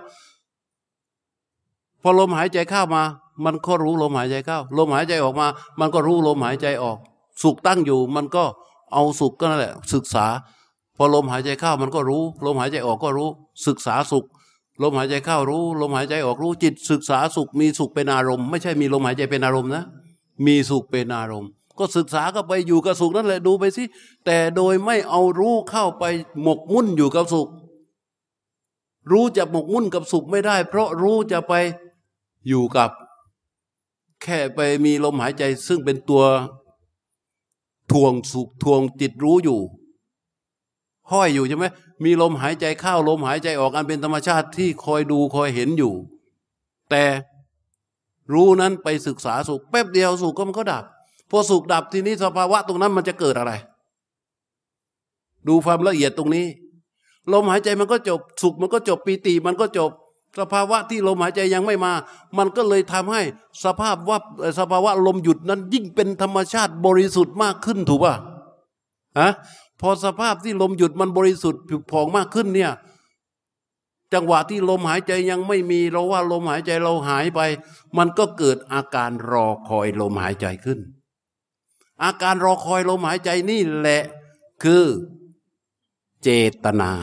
พอลมหายใจเข้ามามันก็รู้ลมหายใจเข้าลมหายใจออกมามันก็รู้ลมหายใจออกสุขตั้งอยู่มันก็เอาสุขก็นั่นแหละศึกษาพอลมหายใจเข้ามันก็รู้ลมหายใจออกก็รู้ศึกษาสุขลมหายใจเข้ารู้ลมหายใจออกรู้จิตศึกษาสุขมีสุขเป็นอารมณ์ไม่ใช่มีลมหายใจเป็นอารมณ์นะมีสุขเป็นอารมณ์ก็ศึกษาก็ไปอยู่กับสุขนั่นแหละดูไปสิแต่โดยไม่เอารู้เข้าไปหมกมุ่นอยู่กับสุขรู้จะหมกมุ่นกับสุขไม่ได้เพราะรู้จะไปอยู่กับแค่ไปมีลมหายใจซึ่งเป็นตัวทวงสุขทวงจิตรู้อยู่ห้อยอยู่ใช่ไหมมีลมหายใจเข้าลมหายใจออกอันเป็นธรรมชาติที่คอยดูคอยเห็นอยู่แต่รู้นั้นไปศึกษาสุขแป๊บเดียวสุขก็มันก็ดับพอสุขดับทีนี้สภาวะตรงนั้นมันจะเกิดอะไรดูความละเอียดตรงนี้ลมหายใจมันก็จบสุขมันก็จบปีติมันก็จบสภาวะที่ลมหายใจยังไม่มามันก็เลยทำให้สภาพว่าสภาวะลมหยุดนั้นยิ่งเป็นธรรมชาติบริสุทธิ์มากขึ้นถูกป่ะฮะพอสภาพที่ลมหยุดมันบริสุทธิ์ผุผ่องมากขึ้นเนี่ยจังหวะที่ลมหายใจยังไม่มีเราว่าลมหายใจเราหายไปมันก็เกิดอาการรอคอยลมหายใจขึ้นอาการรอคอยลมหายใจนี่แหละคือเจตนา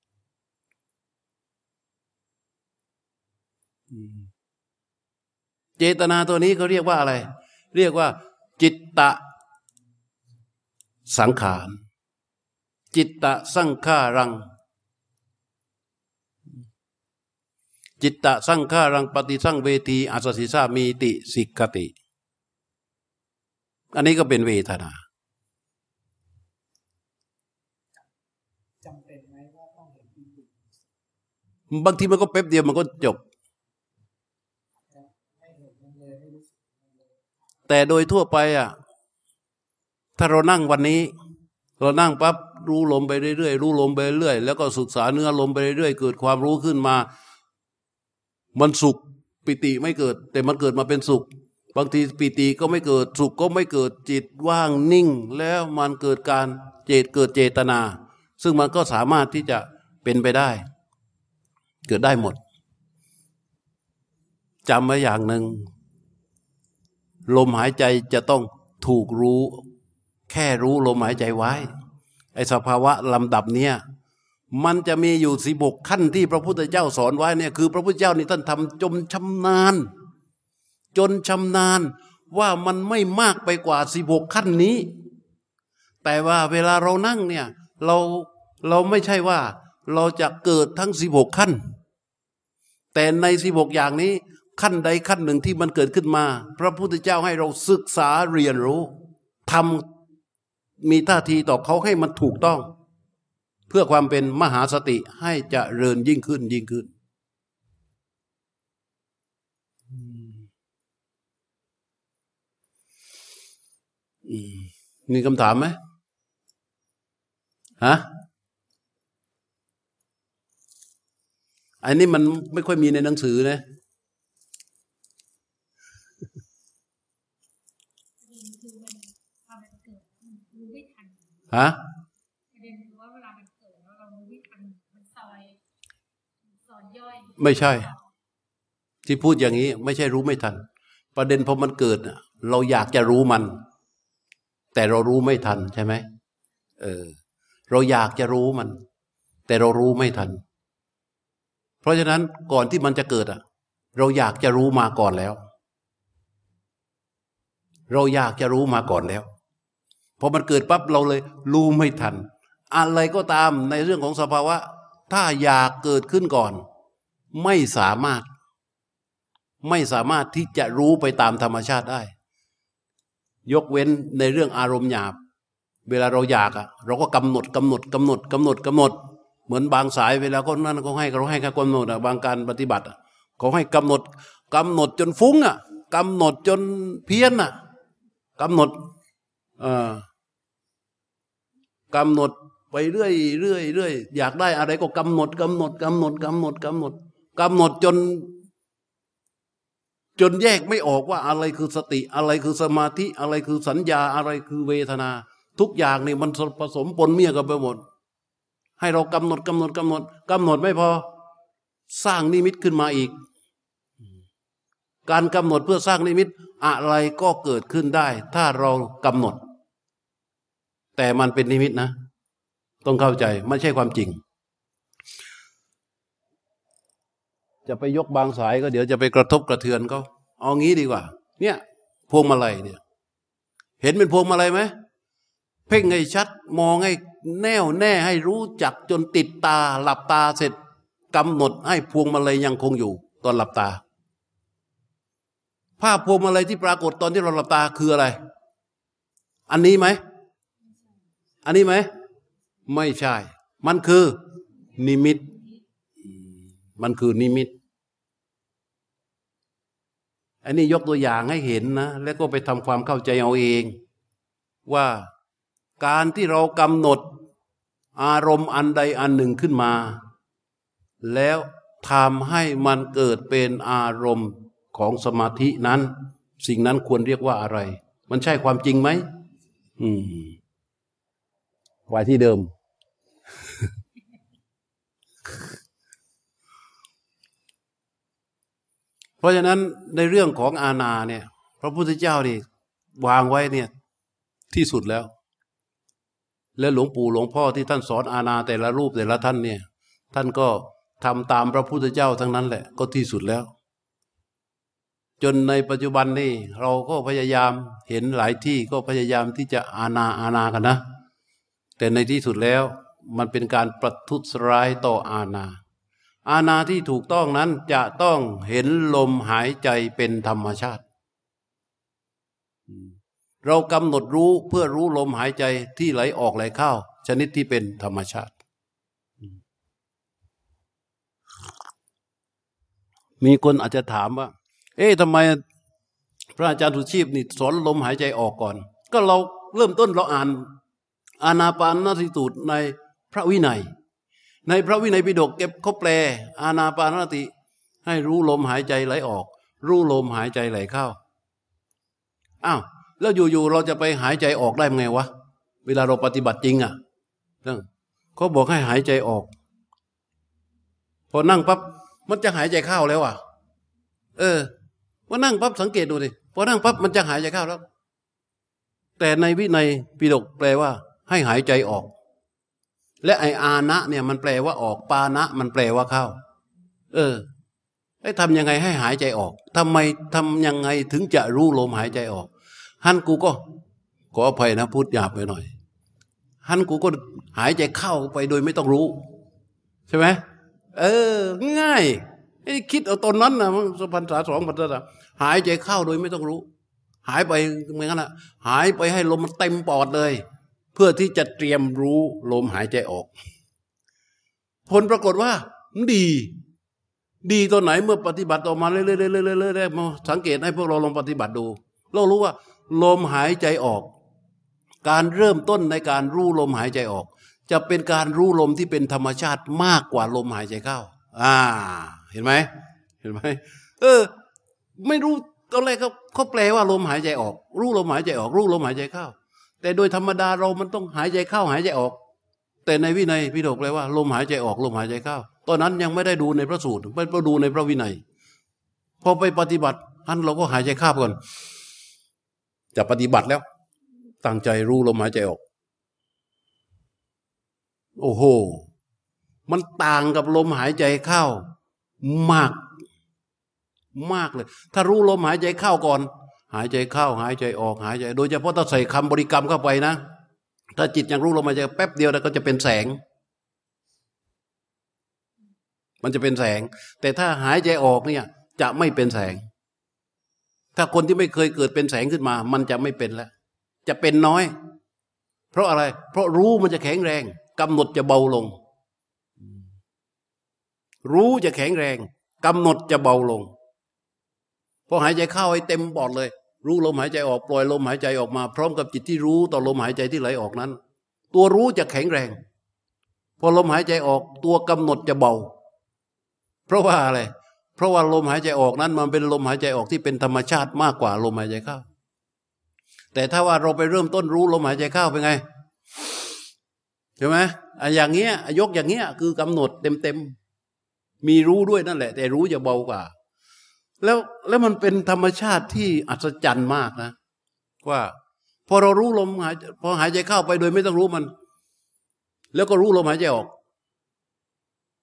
เจตนาตัวนี้เขาเรียกว่าอะไรเรียกว่าจิตตสังขารจิตตสังขารังจิตตสังขารังปฏิสังเวทีอาสสิสามีติสิกขติอันนี้ก็เป็นเวทนาจำเป็นไหมว่าต้องเห็นปีติบางทีมันก็แป๊บเดียวมันก็จบแต่โดยทั่วไปอ่ะถ้าเรานั่งวันนี้เรานั่งปั๊บรู้ลมไปเรื่อยๆรู้ลมไปเรื่อยแล้วก็ศึกษาเนื้อลมไปเรื่อยๆเกิดความรู้ขึ้นมามันสุขปิติไม่เกิดแต่มันเกิดมาเป็นสุขบางทีปิติก็ไม่เกิดสุขก็ไม่เกิดจิตว่างนิ่งแล้วมันเกิดการเจตเกิดเจตนาซึ่งมันก็สามารถที่จะเป็นไปได้เกิดได้หมดจำไว้อย่างหนึ่งลมหายใจจะต้องถูกรู้แค่รู้ลมหายใจไว้ไอ้สภาวะลำดับเนี้ยมันจะมีอยู่สิบหกขั้นที่พระพุทธเจ้าสอนไว้เนี่ยคือพระพุทธเจ้านี่ท่านทำจนชำนาญจนชำนาญว่ามันไม่มากไปกว่าสิบหกขั้นนี้แต่ว่าเวลาเรานั่งเนี่ยเราเราไม่ใช่ว่าเราจะเกิดทั้งสิบหกขั้นแต่ในสิบหกอย่างนี้ขั้นใดขั้นหนึ่งที่มันเกิดขึ้นมาพระพุทธเจ้าให้เราศึกษาเรียนรู้ทำมีท่าทีต่อเขาให้มันถูกต้องเพื่อความเป็นมหาสติให้เจริญยิ่งขึ้นยิ่งขึ้นมีคำถามไหมฮะอันนี้มันไม่ค่อยมีในหนังสือนะฮะไม่ใช่ที่พูดอย่างนี้ไม่ใช่รู้ไม่ทันประเด็นพอมันเกิดเราอยากจะรู้มันแต่เรารู้ไม่ทันใช่ไหมเออเราอยากจะรู้มันแต่เรารู้ไม่ทันเพราะฉะนั้นก่อนที่มันจะเกิดอ่ะเราอยากจะรู้มาก่อนแล้วเราอยากจะรู้มาก่อนแล้วพอมันเกิดปั๊บเราเลยรู้ไม่ทันอะไรก็ตามในเรื่องของสภาวะถ้าอยากเกิดขึ้นก่อนไม่สามารถไม่สามารถที่จะรู้ไปตามธรรมชาติได้ยกเว้นในเรื่องอารมณ์หยาบเวลาเราอยากอ่ะเราก็กำหนดกำหนดกำหนดกำหนดกำหนดเหมือนบางสายเวลาคนนั้นเขาให้เขาให้กำหนดอ่ะบางการปฏิบัติอ่ะเขาให้กำหนดกำหนดจนฟุ้งอ่ะกำหนดจนเพี้ยนอ่ะกำหนดเอ่อกำหนดไปเรื่อยเรื่อยเรื่อยอยากได้อะไรก็กำหนดกำหนดกำหนดกำหนดกำหนดกำหนดจนจนแยกไม่ออกว่าอะไรคือสติอะไรคือสมาธิอะไรคือสัญญาอะไรคือเวทนาทุกอย่างนี่มันผสมปนเมี่ยกันไปหมดให้เรากำหนดกำหนดกำหนดกำหนดไม่พอสร้างนิมิตขึ้นมาอีกการกำหนดเพื่อสร้างนิมิตอะไรก็เกิดขึ้นได้ถ้าเรากำหนดแต่มันเป็นนิมิตนะต้องเข้าใจไม่ใช่ความจริงจะไปยกบางสายก็เดี๋ยวจะไปกระทบกระเทือนเขาเอางี้ดีกว่าเนี่ยพวงมาลัยเนี่ยเห็นเป็นพวงมาลัยไหมเพ่งให้ชัดมองให้แน่วแน่ให้รู้จักจนติดตาหลับตาเสร็จกำหนดให้พวงมาลัยยังคงอยู่ตอนหลับตาภาพพวงมาลัยที่ปรากฏตอนที่เราหลับตาคืออะไรอันนี้ไหมอันนี้ไหมไม่ใช่มันคือนิมิตมันคือนิมิตอันนี้ยกตัวอย่างให้เห็นนะแล้วก็ไปทำความเข้าใจเอาเองว่าการที่เรากำหนดอารมณ์อันใดอันหนึ่งขึ้นมาแล้วทำให้มันเกิดเป็นอารมณ์ของสมาธินั้นสิ่งนั้นควรเรียกว่าอะไรมันใช่ความจริงไหมอืมไว้ที่เดิม เพราะฉะนั้นในเรื่องของอาณาเนี่ยพระพุทธเจ้านี่วางไว้เนี่ยที่สุดแล้วและหลวงปู่หลวงพ่อที่ท่านสอนอาณาแต่ละรูปแต่ละท่านเนี่ยท่านก็ทำตามพระพุทธเจ้าทั้งนั้นแหละก็ที่สุดแล้วจนในปัจจุบันนี่เราก็พยายามเห็นหลายที่ก็พยายามที่จะอาณาอาณากันนะแต่ในที่สุดแล้วมันเป็นการประทุษร้ายต่ออาณาอาณาที่ถูกต้องนั้นจะต้องเห็นลมหายใจเป็นธรรมชาติเรากำหนดรู้เพื่อรู้ลมหายใจที่ไหลออกไหลเข้าชนิดที่เป็นธรรมชาติมีคนอาจจะถามว่าเอ๊ะทำไมพระอาจารย์สุชีพนี่สอนลมหายใจออกก่อนก็เราเริ่มต้นเราอ่านอานาปานสติสูตรในพระวินัยในพระวินัยปิฎกเก็บเขาแปลอานาปานสติให้รู้ลมหายใจไหลออกรู้ลมหายใจไหลเข้าอ้าวแล้วอยู่ๆเราจะไปหายใจออกได้ไงวะเวลาเราปฏิบัติจริงอ่ะเขาบอกให้หายใจออกพอนั่งปั๊บมันจะหายใจเข้าแล้วอ่ะเออว่านั่งปั๊บสังเกตดูดิพอนั่งปั๊บมันจะหายใจเข้าแล้วแต่ในวินัยปิฎกแปลว่าให้หายใจออกและไออานะเนี่ยมันแปลว่าออกปานะมันแปลว่าเข้าเออให้ทำยังไงให้หายใจออกทำไมทำยังไงถึงจะรู้ลมหายใจออกฮั่นกูก็ขออภัยนะพูดหยาบไปหน่อยฮั่นกูก็หายใจเข้าไปโดยไม่ต้องรู้ใช่ไหมเออง่ายไอ้คิดเอาตอนนั้นนะสพันษาสองพันษาหายใจเข้าโดยไม่ต้องรู้หายไปเหมือนกันนะหายไปให้ลมมันเต็มปอดเลยเพื่อที่จะเตรียมรู้ลมหายใจออกผลปรากฏว่าดีดีตอนไหนเมื่อปฏิบัติออกมาเรื่อยๆๆๆๆมาสังเกตให้พวกเราลองปฏิบัติดูเรารู้ว่าลมหายใจออกการเริ่มต้นในการรู้ลมหายใจออกจะเป็นการรู้ลมที่เป็นธรรมชาติมากกว่าลมหายใจเข้าอ่าเห็นไหมเห็นไหมเออไม่รู้ตอนแรกเขาเขาแปลว่าลมหายใจออกรู้ลมหายใจออกรู้ลมหายใจเข้าแต่โดยธรรมดาเรามันต้องหายใจเข้าหายใจออกแต่ในวินัยปิฎกแปลว่าลมหายใจออกลมหายใจเข้าตอนนั้นยังไม่ได้ดูในพระสูตรไม่ได้ดูในพระวินัยพอไปปฏิบัติท่านเราก็หายใจเข้าก่อนจะปฏิบัติแล้วตั้งใจรู้ลมหายใจออกโอ้โหมันต่างกับลมหายใจเข้ามากมากเลยถ้ารู้ลมหายใจเข้าก่อนหายใจเข้าหายใจออกหายใจโดยเฉพาะถ้าใส่คำบริกรรมเข้าไปนะถ้าจิตยังรู้ลมหายใจแป๊บเดียวแล้วก็จะเป็นแสงมันจะเป็นแสงแต่ถ้าหายใจออกเนี่ยจะไม่เป็นแสงถ้าคนที่ไม่เคยเกิดเป็นแสงขึ้นมามันจะไม่เป็นแล้วจะเป็นน้อยเพราะอะไรเพราะรู้มันจะแข็งแรงกำหนดจะเบาลงรู้จะแข็งแรงกำหนดจะเบาลงพอหายใจเข้าให้เต็มปอดเลยรู้ลมหายใจออกปล่อยลมหายใจออกมาพร้อมกับจิตที่รู้ต่อลมหายใจที่ไหลออกนั้นตัวรู้จะแข็งแรงพอลมหายใจออกตัวกำหนดจะเบาเพราะว่าอะไรเพราะว่าลมหายใจออกนั้นมันเป็นลมหายใจออกที่เป็นธรรมชาติมากกว่าลมหายใจเข้าแต่ถ้าว่าเราไปเริ่มต้นรู้ลมหายใจเข้าเป็นไงใช่ไหมอย่างเงี้ยยกอย่างเงี้ยคือกำหนดเต็มๆมีรู้ด้วยนั่นแหละแต่รู้จะเบากว่าแล้วแล้วมันเป็นธรรมชาติที่อัศจรรย์มากนะว่าพอเรารู้ลมหายพอหายใจเข้าไปโดยไม่ต้องรู้มันแล้วก็รู้ลมหายใจออก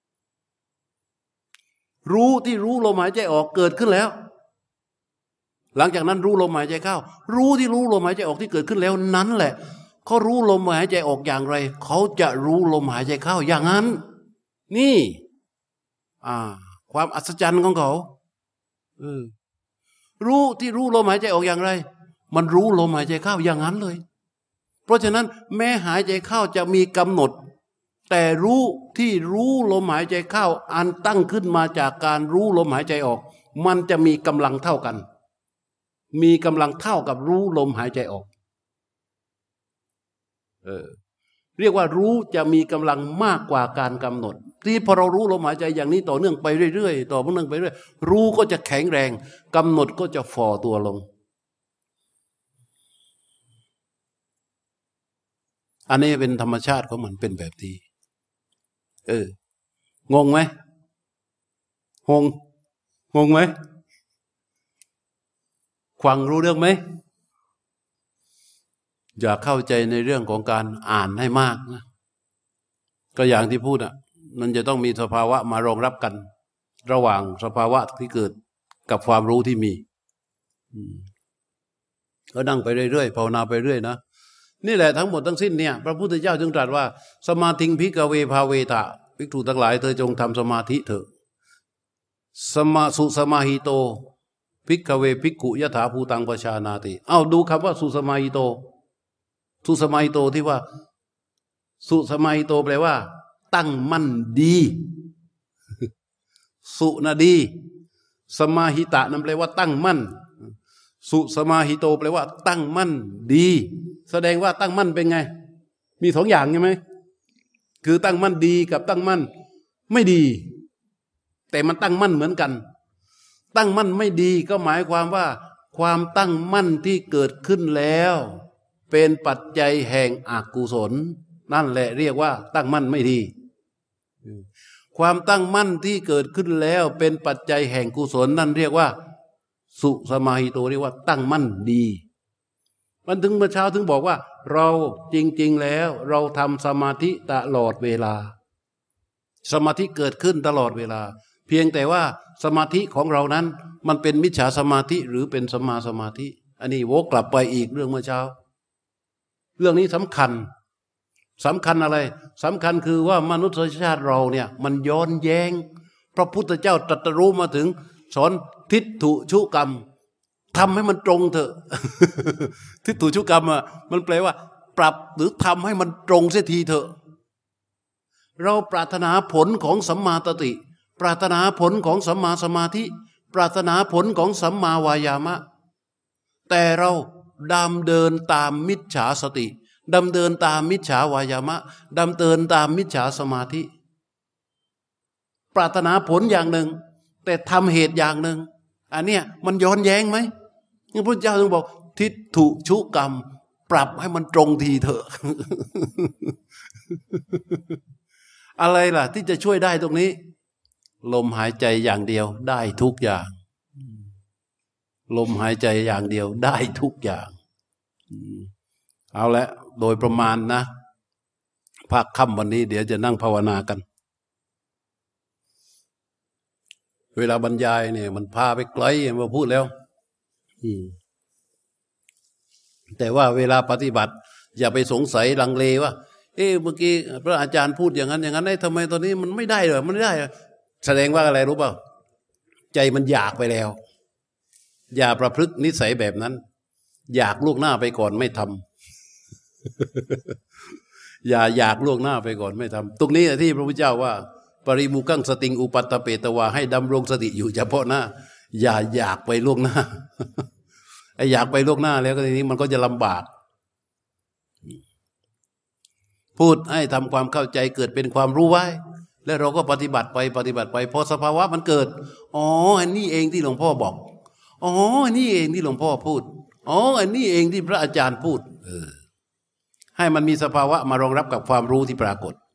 รู้ที่รู้ลมหายใจออกเกิดขึ้นแล้วหลังจากนั้นรู้ลมหายใจเข้ารู้ที่รู้ลมหายใจออกที่เกิดขึ้นแล้วนั้นแหละเขารู้ลมหายใจออกอย่างไรเขาจะรู้ลมหายใจเข้าอย่างนั้นนี่อ่าความอัศจรรย์ของเขาเออรู้ที่รู้ลมหายใจออกอย่างไรมันรู้ลมหายใจเข้าอย่างนั้นเลยเพราะฉะนั้นแม้หายใจเข้าจะมีกำหนดแต่รู้ที่รู้ลมหายใจเข้าอันตั้งขึ้นมาจากการรู้ลมหายใจออกมันจะมีกำลังเท่ากันมีกำลังเท่ากับรู้ลมหายใจออกเออเรียกว่ารู้จะมีกำลังมากกว่าการกำหนดที่พอเรารู้ลมหายใจอย่างนี้ต่อเนื่องไปเรื่อยๆต่อเนื่องไปเรื่อยรู้ก็จะแข็งแรงกำหนดก็จะฝ่อตัวลงอันนี้เป็นธรรมชาติของมันเป็นแบบนี้เอองงไหมงงงงไหมฟังรู้เรื่องไหมอย่าเข้าใจในเรื่องของการอ่านให้มากนะก็อย่างที่พูดอ่ะมันจะต้องมีสภาวะมารองรับกันระหว่างสภาวะที่เกิดกับความรู้ที่มีก็นั่งไปเรื่อยๆภาวนาไปเรื่อยนะนี่แหละทั้งหมดทั้งสิ้นเนี่ยพระพุทธเจ้าจึงตรัสว่าสมาธิภิกขเวภาเวทะภิกษุทั้งหลายเธอจงทำสมาธิเถอะสมาสุสมาหิโตภิกขเวภิกขุยถาภูตังปชานาติเอาดูคำว่าสุสมาหิโตสุสมาหิโตที่ว่าสุสมาหิโตแปลว่าตั้งมั่นดีสุนะดีสมาหิตะนั่นแปลว่าตั้งมั่นสุสมาหิโตแปลว่าตั้งมั่นดีแสดงว่าตั้งมั่นเป็นไงมีสองอย่างใช่ไหมคือตั้งมั่นดีกับตั้งมั่นไม่ดีแต่มันตั้งมั่นเหมือนกันตั้งมั่นไม่ดีก็หมายความว่าความตั้งมั่นที่เกิดขึ้นแล้วเป็นปัจจัยแห่งอกุศลนั่นแหละเรียกว่าตั้งมั่นไม่ดีความตั้งมั่นที่เกิดขึ้นแล้วเป็นปัจจัยแห่งกุศลนั่นเรียกว่าสุสมาหิโตเรียกว่าตั้งมั่นดีมันถึงเมื่อเช้าถึงบอกว่าเราจริงๆแล้วเราทำสมาธิตลอดเวลาสมาธิเกิดขึ้นตลอดเวลาเพียงแต่ว่าสมาธิของเรานั้นมันเป็นมิจฉาสมาธิหรือเป็นสัมมาสมาธิอันนี้วกกลับไปอีกเรื่องเมื่อเช้าเรื่องนี้สำคัญสำคัญอะไรสำคัญคือว่ามนุษยชาติเราเนี่ยมันย้อนแย้งพระพุทธเจ้าตรัสรู้มาถึงสอนทิฏฐุชุกรรมทำให้มันตรงเถอะ ทิฏฐุชุกรรมอ่ะมันแปลว่าปรับหรือทำให้มันตรงเสียทีเถอะเราปรารถนาผลของสัมมาตติปรารถนาผลของสัมมาสมาธิปรารถนาผลของสัมมาวายามะแต่เราดำเดินตามมิจฉาสติดำเดินตามมิจฉาวายามะดำเดินตามมิจฉาสมาธิปรารถนาผลอย่างหนึ่งแต่ทำเหตุอย่างหนึ่งอันเนี้ยมันย้อนแย้งไหมพระพุทธเจ้าจึงบอกทิฏฐุชุกรรมปรับให้มันตรงทีเถอะ อะไรล่ะที่จะช่วยได้ตรงนี้ลมหายใจอย่างเดียวได้ทุกอย่างลมหายใจอย่างเดียวได้ทุกอย่างเอาละโดยประมาณนะภาคค่ำวันนี้เดี๋ยวจะนั่งภาวนากันเวลาบรรยายเนี่ยมันพาไปไกลมาพูดแล้วแต่ว่าเวลาปฏิบัติอย่าไปสงสัยลังเลว่าเอ๊ะเมื่อกี้พระอาจารย์พูดอย่างนั้นอย่างนั้นได้ทำไมตอนนี้มันไม่ได้เหรอมันไม่ได้แสดงว่าอะไรรู้เปล่าใจมันอยากไปแล้วอย่าประพฤตินิสัยแบบนั้นอยากล่วงหน้าไปก่อนไม่ทำ อย่าอยากล่วงหน้าไปก่อนไม่ทำตรงนี้ที่พระพุทธเจ้าว่าปริมุขังสติงอุปัตตเปตวาให้ดำรงสติอยู่เฉพาะหน้าอย่าอยากไปล่วงหน้า ไอ้อยากไปล่วงหน้าแล้วก็ทีนี้มันก็จะลำบากพูดให้ทำความเข้าใจเกิดเป็นความรู้ไว้แล้วเราก็ปฏิบัติไปปฏิบัติไปพอสภาวะมันเกิดอ๋ออันนี้เองที่หลวงพ่อบอกอ๋ออันนี้เองที่หลวงพ่อพูดอ๋ออันนี้เองที่พระอาจารย์พูดเออให้มันมีสภาวะมารองรับกับความรู้ที่ปรากฏ